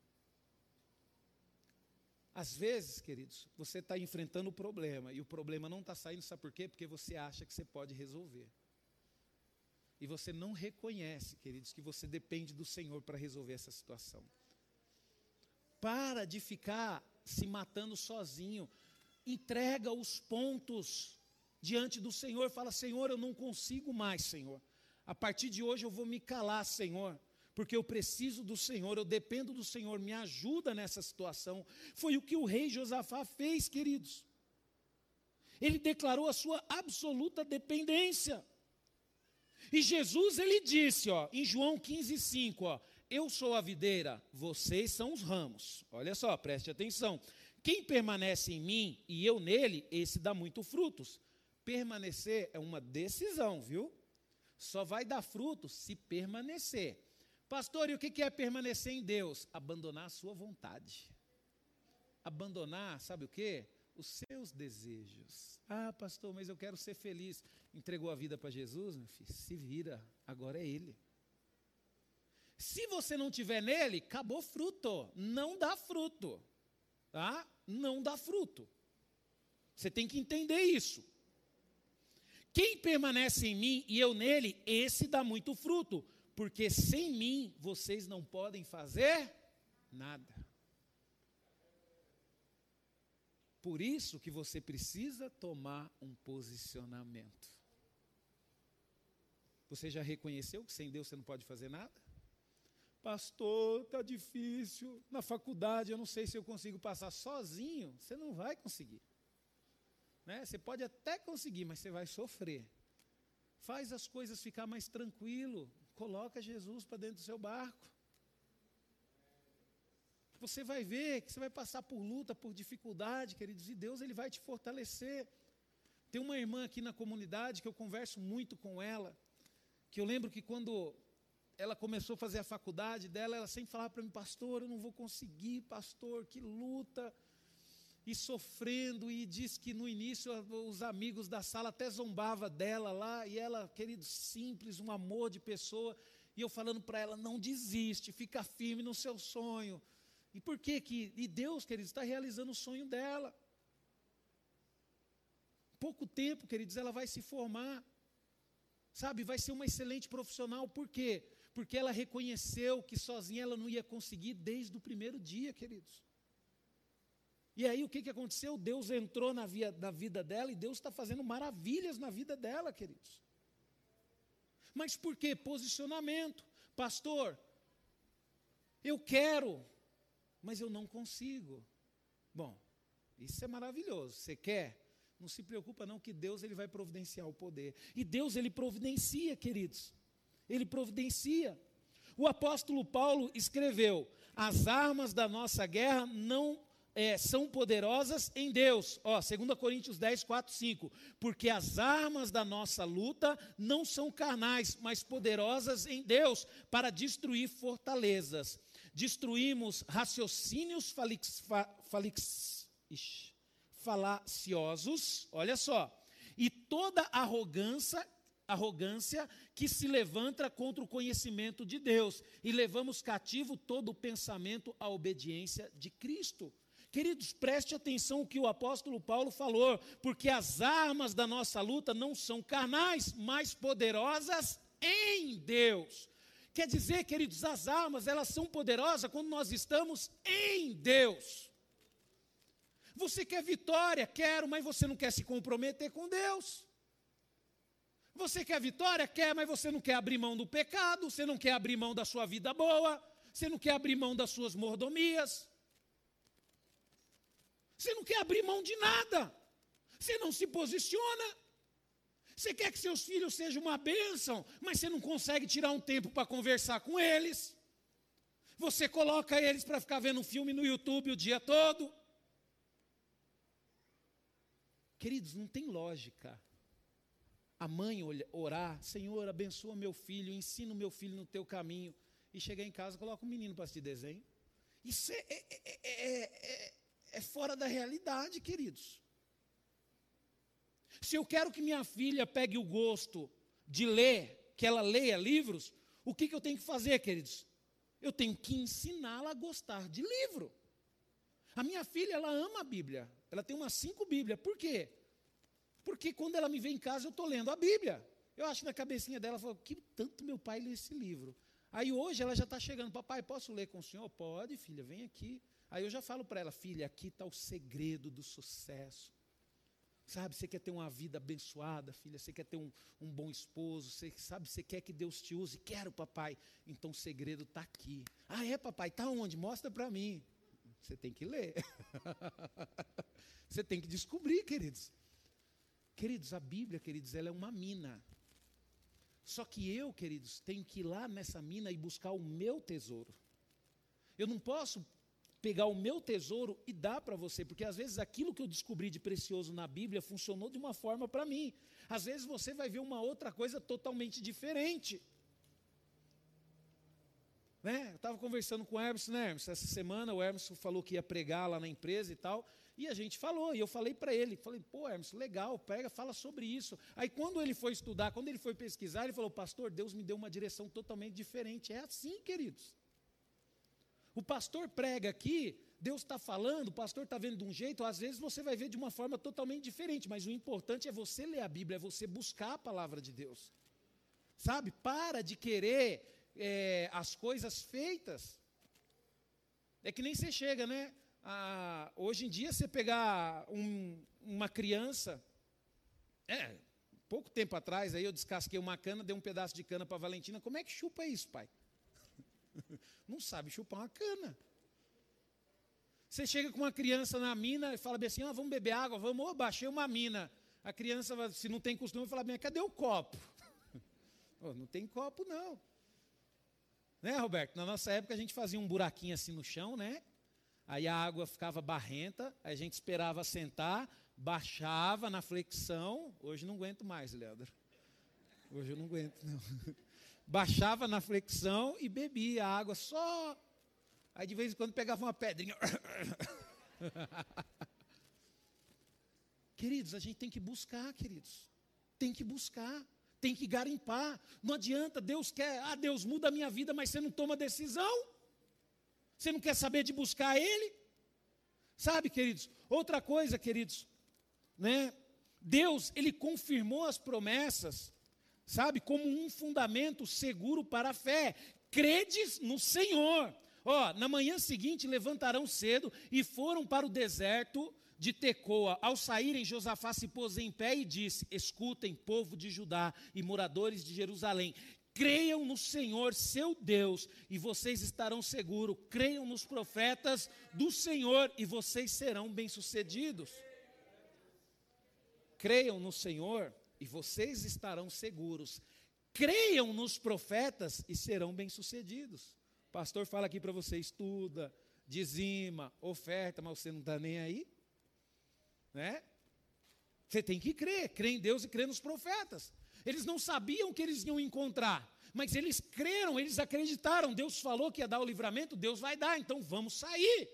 Às vezes, queridos, você está enfrentando o problema, e o problema não está saindo, sabe por quê? Porque você acha que você pode resolver. E você não reconhece, queridos, que você depende do Senhor para resolver essa situação. Para de ficar se matando sozinho. Entrega os pontos diante do Senhor. Fala, Senhor, eu não consigo mais, Senhor. A partir de hoje eu vou me calar, Senhor. Porque eu preciso do Senhor, eu dependo do Senhor. Me ajuda nessa situação. Foi o que o rei Josafá fez, queridos. Ele declarou a sua absoluta dependência. E Jesus, ele disse, ó, em João quinze, cinco, ó, eu sou a videira, vocês são os ramos. Olha só, preste atenção. Quem permanece em mim e eu nele, esse dá muito frutos. Permanecer é uma decisão, viu? Só vai dar frutos se permanecer. Pastor, e o que é permanecer em Deus? Abandonar a sua vontade. Abandonar, sabe o quê? Os seus desejos. Ah, pastor, mas eu quero ser feliz. Entregou a vida para Jesus, meu filho? Se vira, agora é Ele. Se você não tiver nele, acabou fruto. Não dá fruto. Tá? Não dá fruto. Você tem que entender isso. Quem permanece em mim e eu nele, esse dá muito fruto, porque sem mim vocês não podem fazer nada. Por isso que você precisa tomar um posicionamento. Você já reconheceu que sem Deus você não pode fazer nada? Pastor, está difícil, na faculdade eu não sei se eu consigo passar sozinho. Você não vai conseguir. Né? Você pode até conseguir, mas você vai sofrer. Faz as coisas ficar mais tranquilo. Coloca Jesus para dentro do seu barco. Você vai ver que você vai passar por luta, por dificuldade, queridos, e Deus ele vai te fortalecer. Tem uma irmã aqui na comunidade que eu converso muito com ela, que eu lembro que quando ela começou a fazer a faculdade dela, ela sempre falava para mim, pastor, eu não vou conseguir, pastor, que luta. E sofrendo, e diz que no início os amigos da sala até zombavam dela lá, e ela, querido, simples, um amor de pessoa, e eu falando para ela, não desiste, fica firme no seu sonho. E por que que, e Deus, queridos, está realizando o sonho dela. Pouco tempo, queridos, ela vai se formar, sabe, vai ser uma excelente profissional, por quê? Porque ela reconheceu que sozinha ela não ia conseguir desde o primeiro dia, queridos. E aí o que, que aconteceu? Deus entrou na, via, na vida dela e Deus está fazendo maravilhas na vida dela, queridos. Mas por quê? Posicionamento. Pastor, eu quero, mas eu não consigo. Bom, isso é maravilhoso. Você quer? Não se preocupa não que Deus ele vai providenciar o poder. E Deus ele providencia, queridos. Ele providencia. O apóstolo Paulo escreveu, as armas da nossa guerra não É, são poderosas em Deus, ó, dois Coríntios dez, quatro, cinco, porque as armas da nossa luta não são carnais, mas poderosas em Deus, para destruir fortalezas. Destruímos raciocínios falix, fa, falix, ixi, falaciosos, olha só, e toda arrogância, arrogância que se levanta contra o conhecimento de Deus, e levamos cativo todo o pensamento à obediência de Cristo. Queridos, preste atenção o que o apóstolo Paulo falou, porque as armas da nossa luta não são carnais, mas poderosas em Deus. Quer dizer, queridos, as armas, elas são poderosas quando nós estamos em Deus. Você quer vitória? Quero, mas você não quer se comprometer com Deus. Você quer vitória? Quer, mas você não quer abrir mão do pecado, você não quer abrir mão da sua vida boa, você não quer abrir mão das suas mordomias. Você não quer abrir mão de nada. Você não se posiciona. Você quer que seus filhos sejam uma bênção, mas você não consegue tirar um tempo para conversar com eles. Você coloca eles para ficar vendo um filme no YouTube o dia todo. Queridos, não tem lógica. A mãe orar, Senhor, abençoa meu filho, ensina o meu filho no teu caminho, e chegar em casa e coloca um menino para assistir desenho. Isso é... é, é, é, é É fora da realidade, queridos. Se eu quero que minha filha pegue o gosto de ler, que ela leia livros, o que, que eu tenho que fazer, queridos? Eu tenho que ensiná-la a gostar de livro. A minha filha, ela ama a Bíblia. Ela tem umas cinco Bíblias. Por quê? Porque quando ela me vê em casa, eu estou lendo a Bíblia. Eu acho que na cabecinha dela, ela falou, que tanto meu pai lê esse livro. Aí hoje ela já está chegando, papai, posso ler com o senhor? Pode, filha, vem aqui. Aí eu já falo para ela, filha, aqui está o segredo do sucesso. Sabe, você quer ter uma vida abençoada, filha, você quer ter um, um bom esposo, você sabe, você quer que Deus te use? Quero, papai. Então o segredo está aqui. Ah, é, papai? Está onde? Mostra para mim. Você tem que ler. Você tem que descobrir, queridos. Queridos, a Bíblia, queridos, ela é uma mina. Só que eu, queridos, tenho que ir lá nessa mina e buscar o meu tesouro. Eu não posso pegar o meu tesouro e dar para você, porque às vezes aquilo que eu descobri de precioso na Bíblia funcionou de uma forma para mim. Às vezes você vai ver uma outra coisa totalmente diferente. Né? Eu estava conversando com o Hermes, né, Hermes? Essa semana o Hermes falou que ia pregar lá na empresa e tal, e a gente falou, e eu falei para ele, falei, pô, Hermes, legal, prega, fala sobre isso. Aí quando ele foi estudar, quando ele foi pesquisar, ele falou, pastor, Deus me deu uma direção totalmente diferente. É assim, queridos. O pastor prega aqui, Deus está falando, o pastor está vendo de um jeito, às vezes você vai ver de uma forma totalmente diferente, mas o importante é você ler a Bíblia, é você buscar a palavra de Deus. Sabe? Para de querer é, as coisas feitas. É que nem você chega, né? Ah, hoje em dia, você pegar um, uma criança, é, pouco tempo atrás, aí eu descasquei uma cana, dei um pedaço de cana para a Valentina. Como é que chupa isso, pai? Não sabe chupar uma cana. Você chega com uma criança na mina e fala bem assim, ah, vamos beber água, vamos, oh, baixei uma mina. A criança, se não tem costume, fala bem, cadê o copo? Oh, não tem copo, não. Né, Roberto? Na nossa época, a gente fazia um buraquinho assim no chão, né? Aí a água ficava barrenta, aí a gente esperava sentar, baixava na flexão. Hoje não aguento mais, Leandro. Hoje eu não aguento, não. Baixava na flexão e bebia a água só... Aí de vez em quando pegava uma pedrinha. Queridos, a gente tem que buscar, queridos. Tem que buscar, tem que garimpar. Não adianta, Deus quer, ah, Deus muda a minha vida, mas você não toma decisão. Você não quer saber de buscar Ele? Sabe, queridos? Outra coisa, queridos, né? Deus, Ele confirmou as promessas, sabe, como um fundamento seguro para a fé. Credes no Senhor. Ó, na manhã seguinte levantarão cedo e foram para o deserto de Tecoa. Ao saírem, Josafá se pôs em pé e disse, escutem, povo de Judá e moradores de Jerusalém, creiam no Senhor, seu Deus, e vocês estarão seguros. Creiam nos profetas do Senhor e vocês serão bem-sucedidos. Creiam no Senhor e vocês estarão seguros. Creiam nos profetas e serão bem-sucedidos. O pastor fala aqui para você, estuda, dizima, oferta, mas você não está nem aí. Né? Você tem que crer, crer em Deus e crer nos profetas. Eles não sabiam o que eles iam encontrar, mas eles creram, eles acreditaram. Deus falou que ia dar o livramento, Deus vai dar, então vamos sair.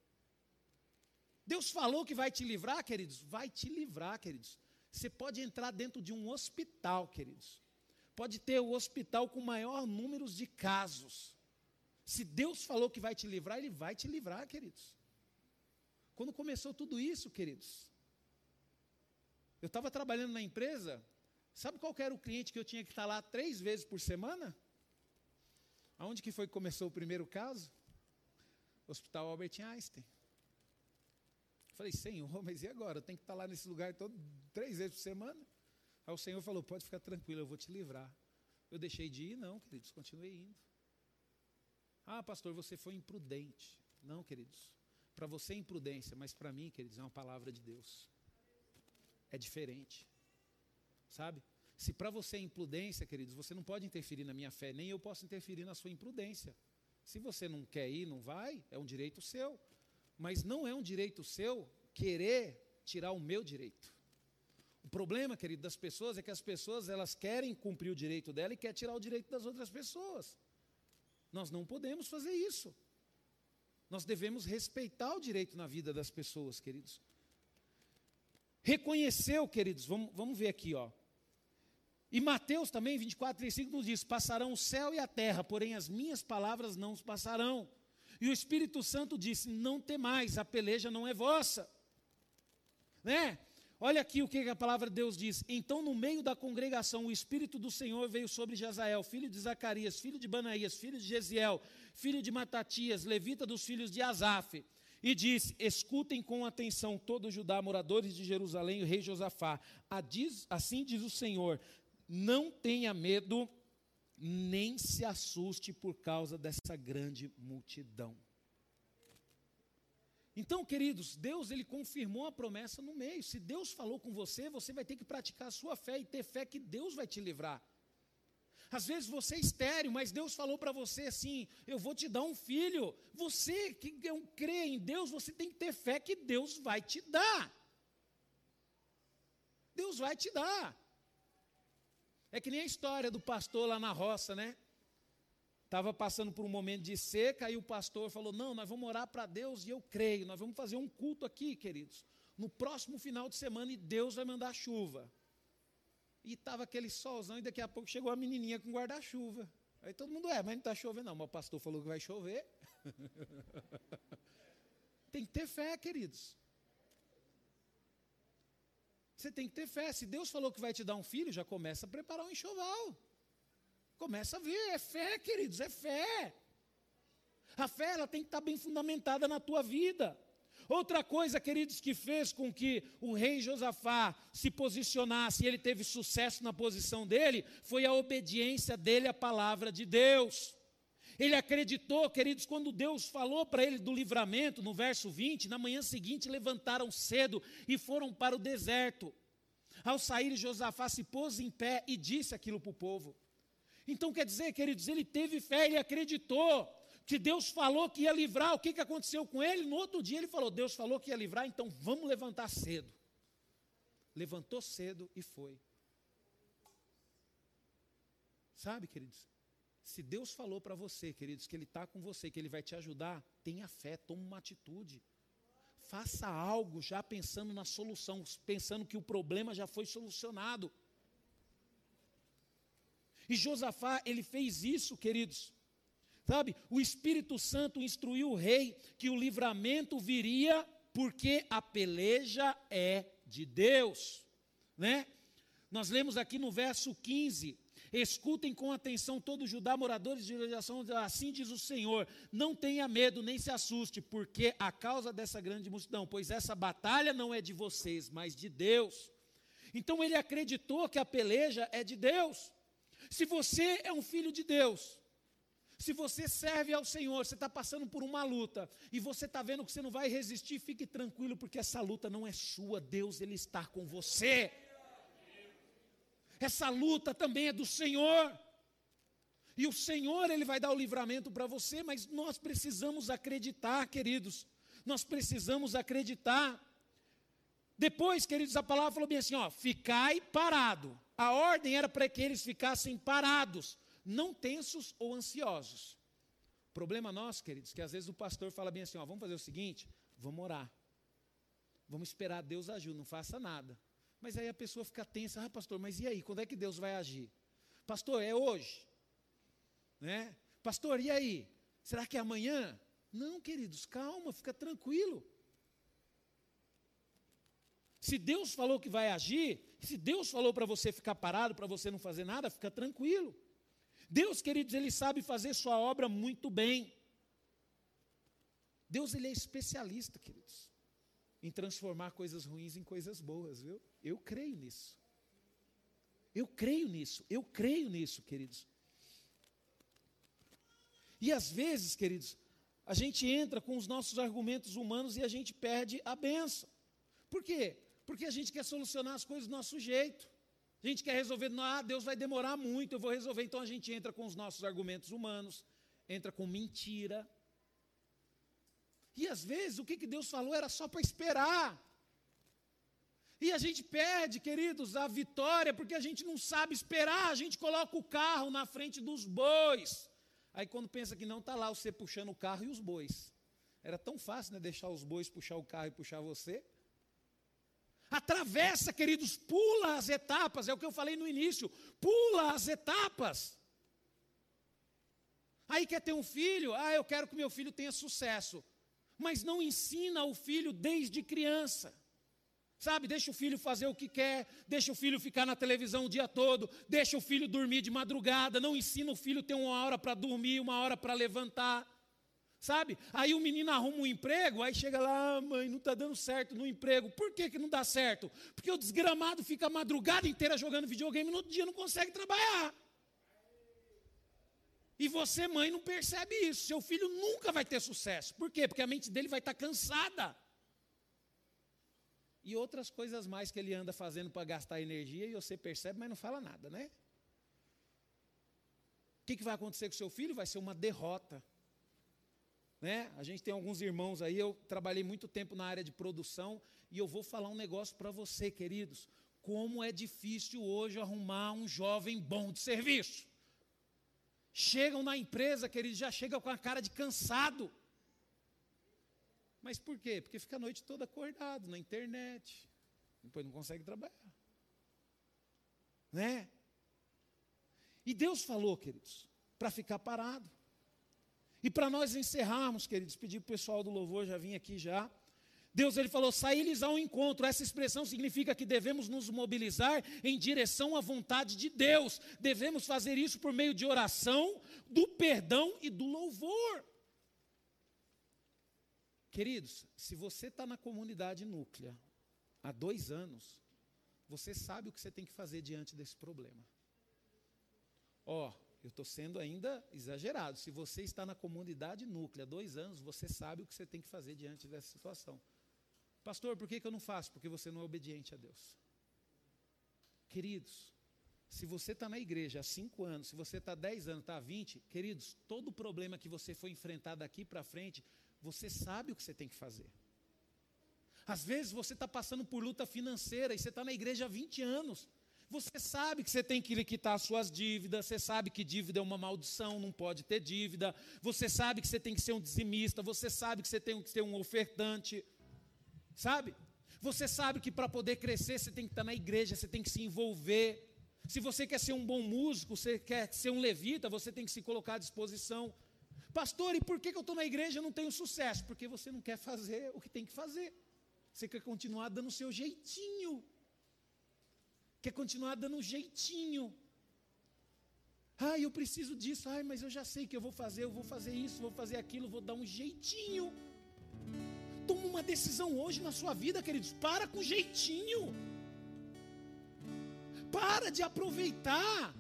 Deus falou que vai te livrar, queridos, vai te livrar, queridos. Você pode entrar dentro de um hospital, queridos. Pode ter o hospital com maior número de casos. Se Deus falou que vai te livrar, Ele vai te livrar, queridos. Quando começou tudo isso, queridos, eu estava trabalhando na empresa, sabe qual era o cliente que eu tinha que estar lá três vezes por semana? Aonde que foi que começou o primeiro caso? Hospital Albert Einstein. Eu falei, Senhor, mas e agora? Eu tenho que estar lá nesse lugar todo, três vezes por semana? Aí o Senhor falou, pode ficar tranquilo, eu vou te livrar. Eu deixei de ir? Não, queridos, continuei indo. Ah, pastor, você foi imprudente. Não, queridos, para você é imprudência, mas para mim, queridos, é uma palavra de Deus. É diferente, sabe? Se para você é imprudência, queridos, você não pode interferir na minha fé, nem eu posso interferir na sua imprudência. Se você não quer ir, não vai, é um direito seu. Mas não é um direito seu querer tirar o meu direito. O problema, querido, das pessoas é que as pessoas, elas querem cumprir o direito dela e querem tirar o direito das outras pessoas. Nós não podemos fazer isso. Nós devemos respeitar o direito na vida das pessoas, queridos. Reconheceu, queridos, vamos, vamos ver aqui, ó. E Mateus também, vinte e quatro, trinta e cinco, nos diz, passarão o céu e a terra, porém as minhas palavras não os passarão. E o Espírito Santo disse, não temais, a peleja não é vossa. Né? Olha aqui o que a palavra de Deus diz. Então, no meio da congregação, o Espírito do Senhor veio sobre Jazael, filho de Zacarias, filho de Banaías, filho de Jeziel, filho de Matatias, levita dos filhos de Asaf, e disse, escutem com atenção todo Judá, moradores de Jerusalém, o rei Josafá. Assim diz o Senhor, não tenha medo, nem se assuste por causa dessa grande multidão. Então, queridos, Deus, Ele confirmou a promessa no meio. Se Deus falou com você, você vai ter que praticar a sua fé e ter fé que Deus vai te livrar. Às vezes você é estéril, mas Deus falou para você assim, eu vou te dar um filho. Você que crê em Deus, você tem que ter fé que Deus vai te dar. Deus vai te dar. É que nem a história do pastor lá na roça, né? Estava passando por um momento de seca, e o pastor falou, não, nós vamos orar para Deus, e eu creio, nós vamos fazer um culto aqui, queridos, no próximo final de semana, e Deus vai mandar chuva. E estava aquele solzão, e daqui a pouco chegou a menininha com guarda-chuva. Aí todo mundo, é, mas não está chovendo não, mas o pastor falou que vai chover. Tem que ter fé, queridos. Você tem que ter fé. Se Deus falou que vai te dar um filho, já começa a preparar um enxoval. Começa a ver, é fé, queridos, é fé. A fé, ela tem que estar bem fundamentada na tua vida. Outra coisa, queridos, que fez com que o rei Josafá se posicionasse e ele teve sucesso na posição dele, foi a obediência dele à palavra de Deus. Ele acreditou, queridos, quando Deus falou para ele do livramento, no verso vinte, na manhã seguinte levantaram cedo e foram para o deserto. Ao sair, Josafá se pôs em pé e disse aquilo para o povo. Então quer dizer, queridos, ele teve fé, ele acreditou que Deus falou que ia livrar. O que, que aconteceu com ele? No outro dia ele falou, Deus falou que ia livrar, então vamos levantar cedo. Levantou cedo e foi. Sabe, queridos, se Deus falou para você, queridos, que Ele está com você, que Ele vai te ajudar, tenha fé, tome uma atitude. Faça algo já pensando na solução, pensando que o problema já foi solucionado. E Josafá, ele fez isso, queridos. Sabe, o Espírito Santo instruiu o rei que o livramento viria porque a peleja é de Deus, né? Nós lemos aqui no verso quinze, escutem com atenção todo Judá, moradores de geração, assim diz o Senhor, não tenha medo, nem se assuste, porque a causa dessa grande multidão, pois essa batalha não é de vocês, mas de Deus. Então ele acreditou que a peleja é de Deus. Se você é um filho de Deus, se você serve ao Senhor, você está passando por uma luta, e você está vendo que você não vai resistir, fique tranquilo, porque essa luta não é sua, Deus, Ele está com você. Essa luta também é do Senhor, e o Senhor, Ele vai dar o livramento para você, mas nós precisamos acreditar, queridos, nós precisamos acreditar. Depois, queridos, a palavra falou bem assim, ó, ficai parado. A ordem era para que eles ficassem parados, não tensos ou ansiosos. O problema nosso, queridos, que às vezes o pastor fala bem assim, ó, vamos fazer o seguinte, vamos orar, vamos esperar Deus agir, não faça nada. Mas aí a pessoa fica tensa, ah pastor, mas e aí, quando é que Deus vai agir? Pastor, é hoje? Né? Pastor, e aí? Será que é amanhã? Não, queridos, calma, fica tranquilo. Se Deus falou que vai agir, se Deus falou para você ficar parado, para você não fazer nada, fica tranquilo. Deus, queridos, Ele sabe fazer sua obra muito bem. Deus, Ele é especialista, queridos, em transformar coisas ruins em coisas boas, viu? Eu creio nisso. Eu creio nisso, eu creio nisso, queridos. E às vezes, queridos, a gente entra com os nossos argumentos humanos e a gente perde a bênção. Por quê? Porque a gente quer solucionar as coisas do nosso jeito. A gente quer resolver, ah, Deus vai demorar muito, eu vou resolver. Então a gente entra com os nossos argumentos humanos, entra com mentira. E às vezes o que que Deus falou era só para esperar. E a gente perde, queridos, a vitória, porque a gente não sabe esperar, a gente coloca o carro na frente dos bois. Aí quando pensa que não, está lá você puxando o carro e os bois. Era tão fácil, né, deixar os bois puxar o carro e puxar você. Atravessa, queridos, pula as etapas, é o que eu falei no início, pula as etapas. Aí quer ter um filho, ah, eu quero que meu filho tenha sucesso, mas não ensina o filho desde criança, sabe, deixa o filho fazer o que quer, deixa o filho ficar na televisão o dia todo, deixa o filho dormir de madrugada, não ensina o filho a ter uma hora para dormir, uma hora para levantar. Sabe? Aí o menino arruma um emprego, aí chega lá, ah, mãe, não está dando certo no emprego. Por que que não dá certo? Porque o desgramado fica a madrugada inteira jogando videogame e no outro dia não consegue trabalhar. E você, mãe, não percebe isso. Seu filho nunca vai ter sucesso. Por quê? Porque a mente dele vai estar cansada. E outras coisas mais que ele anda fazendo para gastar energia e você percebe, mas não fala nada, né? O que que vai acontecer com o seu filho? Vai ser uma derrota. Né? A gente tem alguns irmãos aí, eu trabalhei muito tempo na área de produção e eu vou falar um negócio para você, queridos, como é difícil hoje arrumar um jovem bom de serviço. Chegam na empresa, queridos, já chegam com a cara de cansado. Mas por quê? Porque fica a noite toda acordado na internet, depois não consegue trabalhar. Né? E Deus falou, queridos, para ficar parado. E para nós encerrarmos, queridos, pedir para o pessoal do louvor já vir aqui já. Deus, ele falou, saí-lhes ao encontro. Essa expressão significa que devemos nos mobilizar em direção à vontade de Deus. Devemos fazer isso por meio de oração, do perdão e do louvor. Queridos, se você está na comunidade núclea há dois anos, você sabe o que você tem que fazer diante desse problema. Ó, eu estou sendo ainda exagerado. Se você está na comunidade núclea há dois anos, você sabe o que você tem que fazer diante dessa situação. Pastor, por que que eu não faço? Porque você não é obediente a Deus. Queridos, se você está na igreja há cinco anos, se você está há dez anos, está há vinte, queridos, todo problema que você foi enfrentar daqui para frente, você sabe o que você tem que fazer. Às vezes você está passando por luta financeira e você está na igreja há vinte anos. Você sabe que você tem que quitar as suas dívidas, você sabe que dívida é uma maldição, não pode ter dívida, você sabe que você tem que ser um dizimista, você sabe que você tem que ser um ofertante. Sabe? Você sabe que para poder crescer você tem que estar na igreja, você tem que se envolver. Se você quer ser um bom músico, você quer ser um levita, você tem que se colocar à disposição. Pastor, e por que que eu estou na igreja e não tenho sucesso? Porque você não quer fazer o que tem que fazer. Você quer continuar dando o seu jeitinho. Quer continuar dando um jeitinho. Ai, eu preciso disso. Ai, mas eu já sei que eu vou fazer, eu vou fazer isso, vou fazer aquilo, vou dar um jeitinho. Toma uma decisão hoje na sua vida, queridos. Para com jeitinho. Para de aproveitar.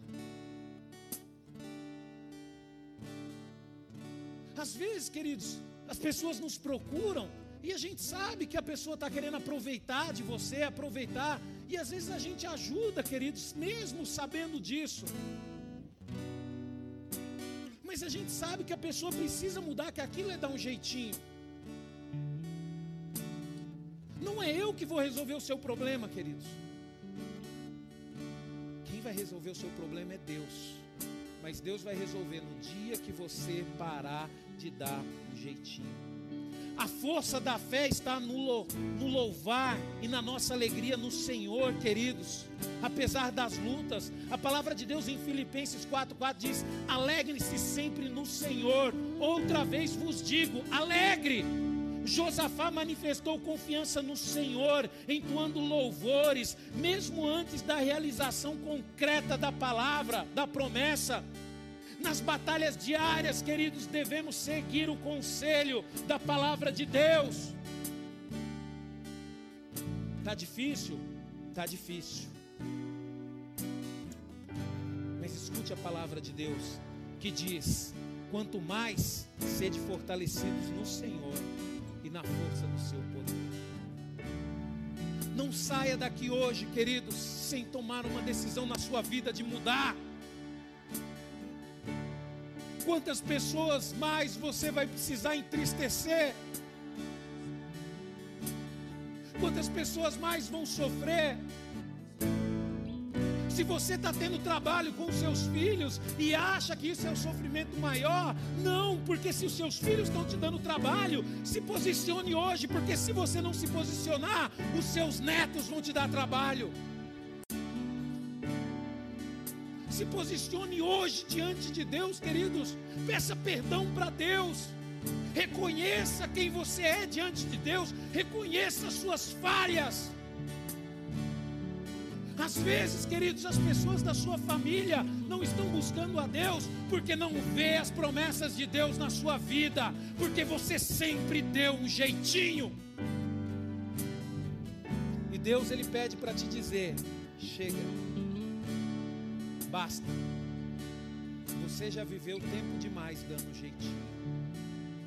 Às vezes, queridos, as pessoas nos procuram e a gente sabe que a pessoa está querendo aproveitar de você, aproveitar. E às vezes a gente ajuda, queridos, mesmo sabendo disso. Mas a gente sabe que a pessoa precisa mudar, que aquilo é dar um jeitinho. Não é eu que vou resolver o seu problema, queridos. Quem vai resolver o seu problema é Deus. Mas Deus vai resolver no dia que você parar de dar um jeitinho. A força da fé está no, no louvar e na nossa alegria no Senhor, queridos. Apesar das lutas, a palavra de Deus em Filipenses quatro, quatro diz: alegrem-se sempre no Senhor. Outra vez vos digo, alegre. Josafá manifestou confiança no Senhor, entoando louvores, mesmo antes da realização concreta da palavra, da promessa. Nas batalhas diárias, queridos, devemos seguir o conselho da palavra de Deus. Está difícil? Está difícil. Mas escute a palavra de Deus, que diz: quanto mais sede fortalecidos no Senhor e na força do seu poder. Não saia daqui hoje, queridos, sem tomar uma decisão na sua vida de mudar. Quantas pessoas mais você vai precisar entristecer? Quantas pessoas mais vão sofrer? Se você está tendo trabalho com os seus filhos e acha que isso é um sofrimento maior, não, porque se os seus filhos estão te dando trabalho, se posicione hoje, porque se você não se posicionar, os seus netos vão te dar trabalho. Se posicione hoje diante de Deus, queridos. Peça perdão para Deus. Reconheça quem você é diante de Deus. Reconheça as suas falhas. Às vezes, queridos, as pessoas da sua família não estão buscando a Deus porque não vê as promessas de Deus na sua vida, porque você sempre deu um jeitinho. E Deus, Ele pede para te dizer: chega. Basta. Você já viveu tempo demais dando jeitinho.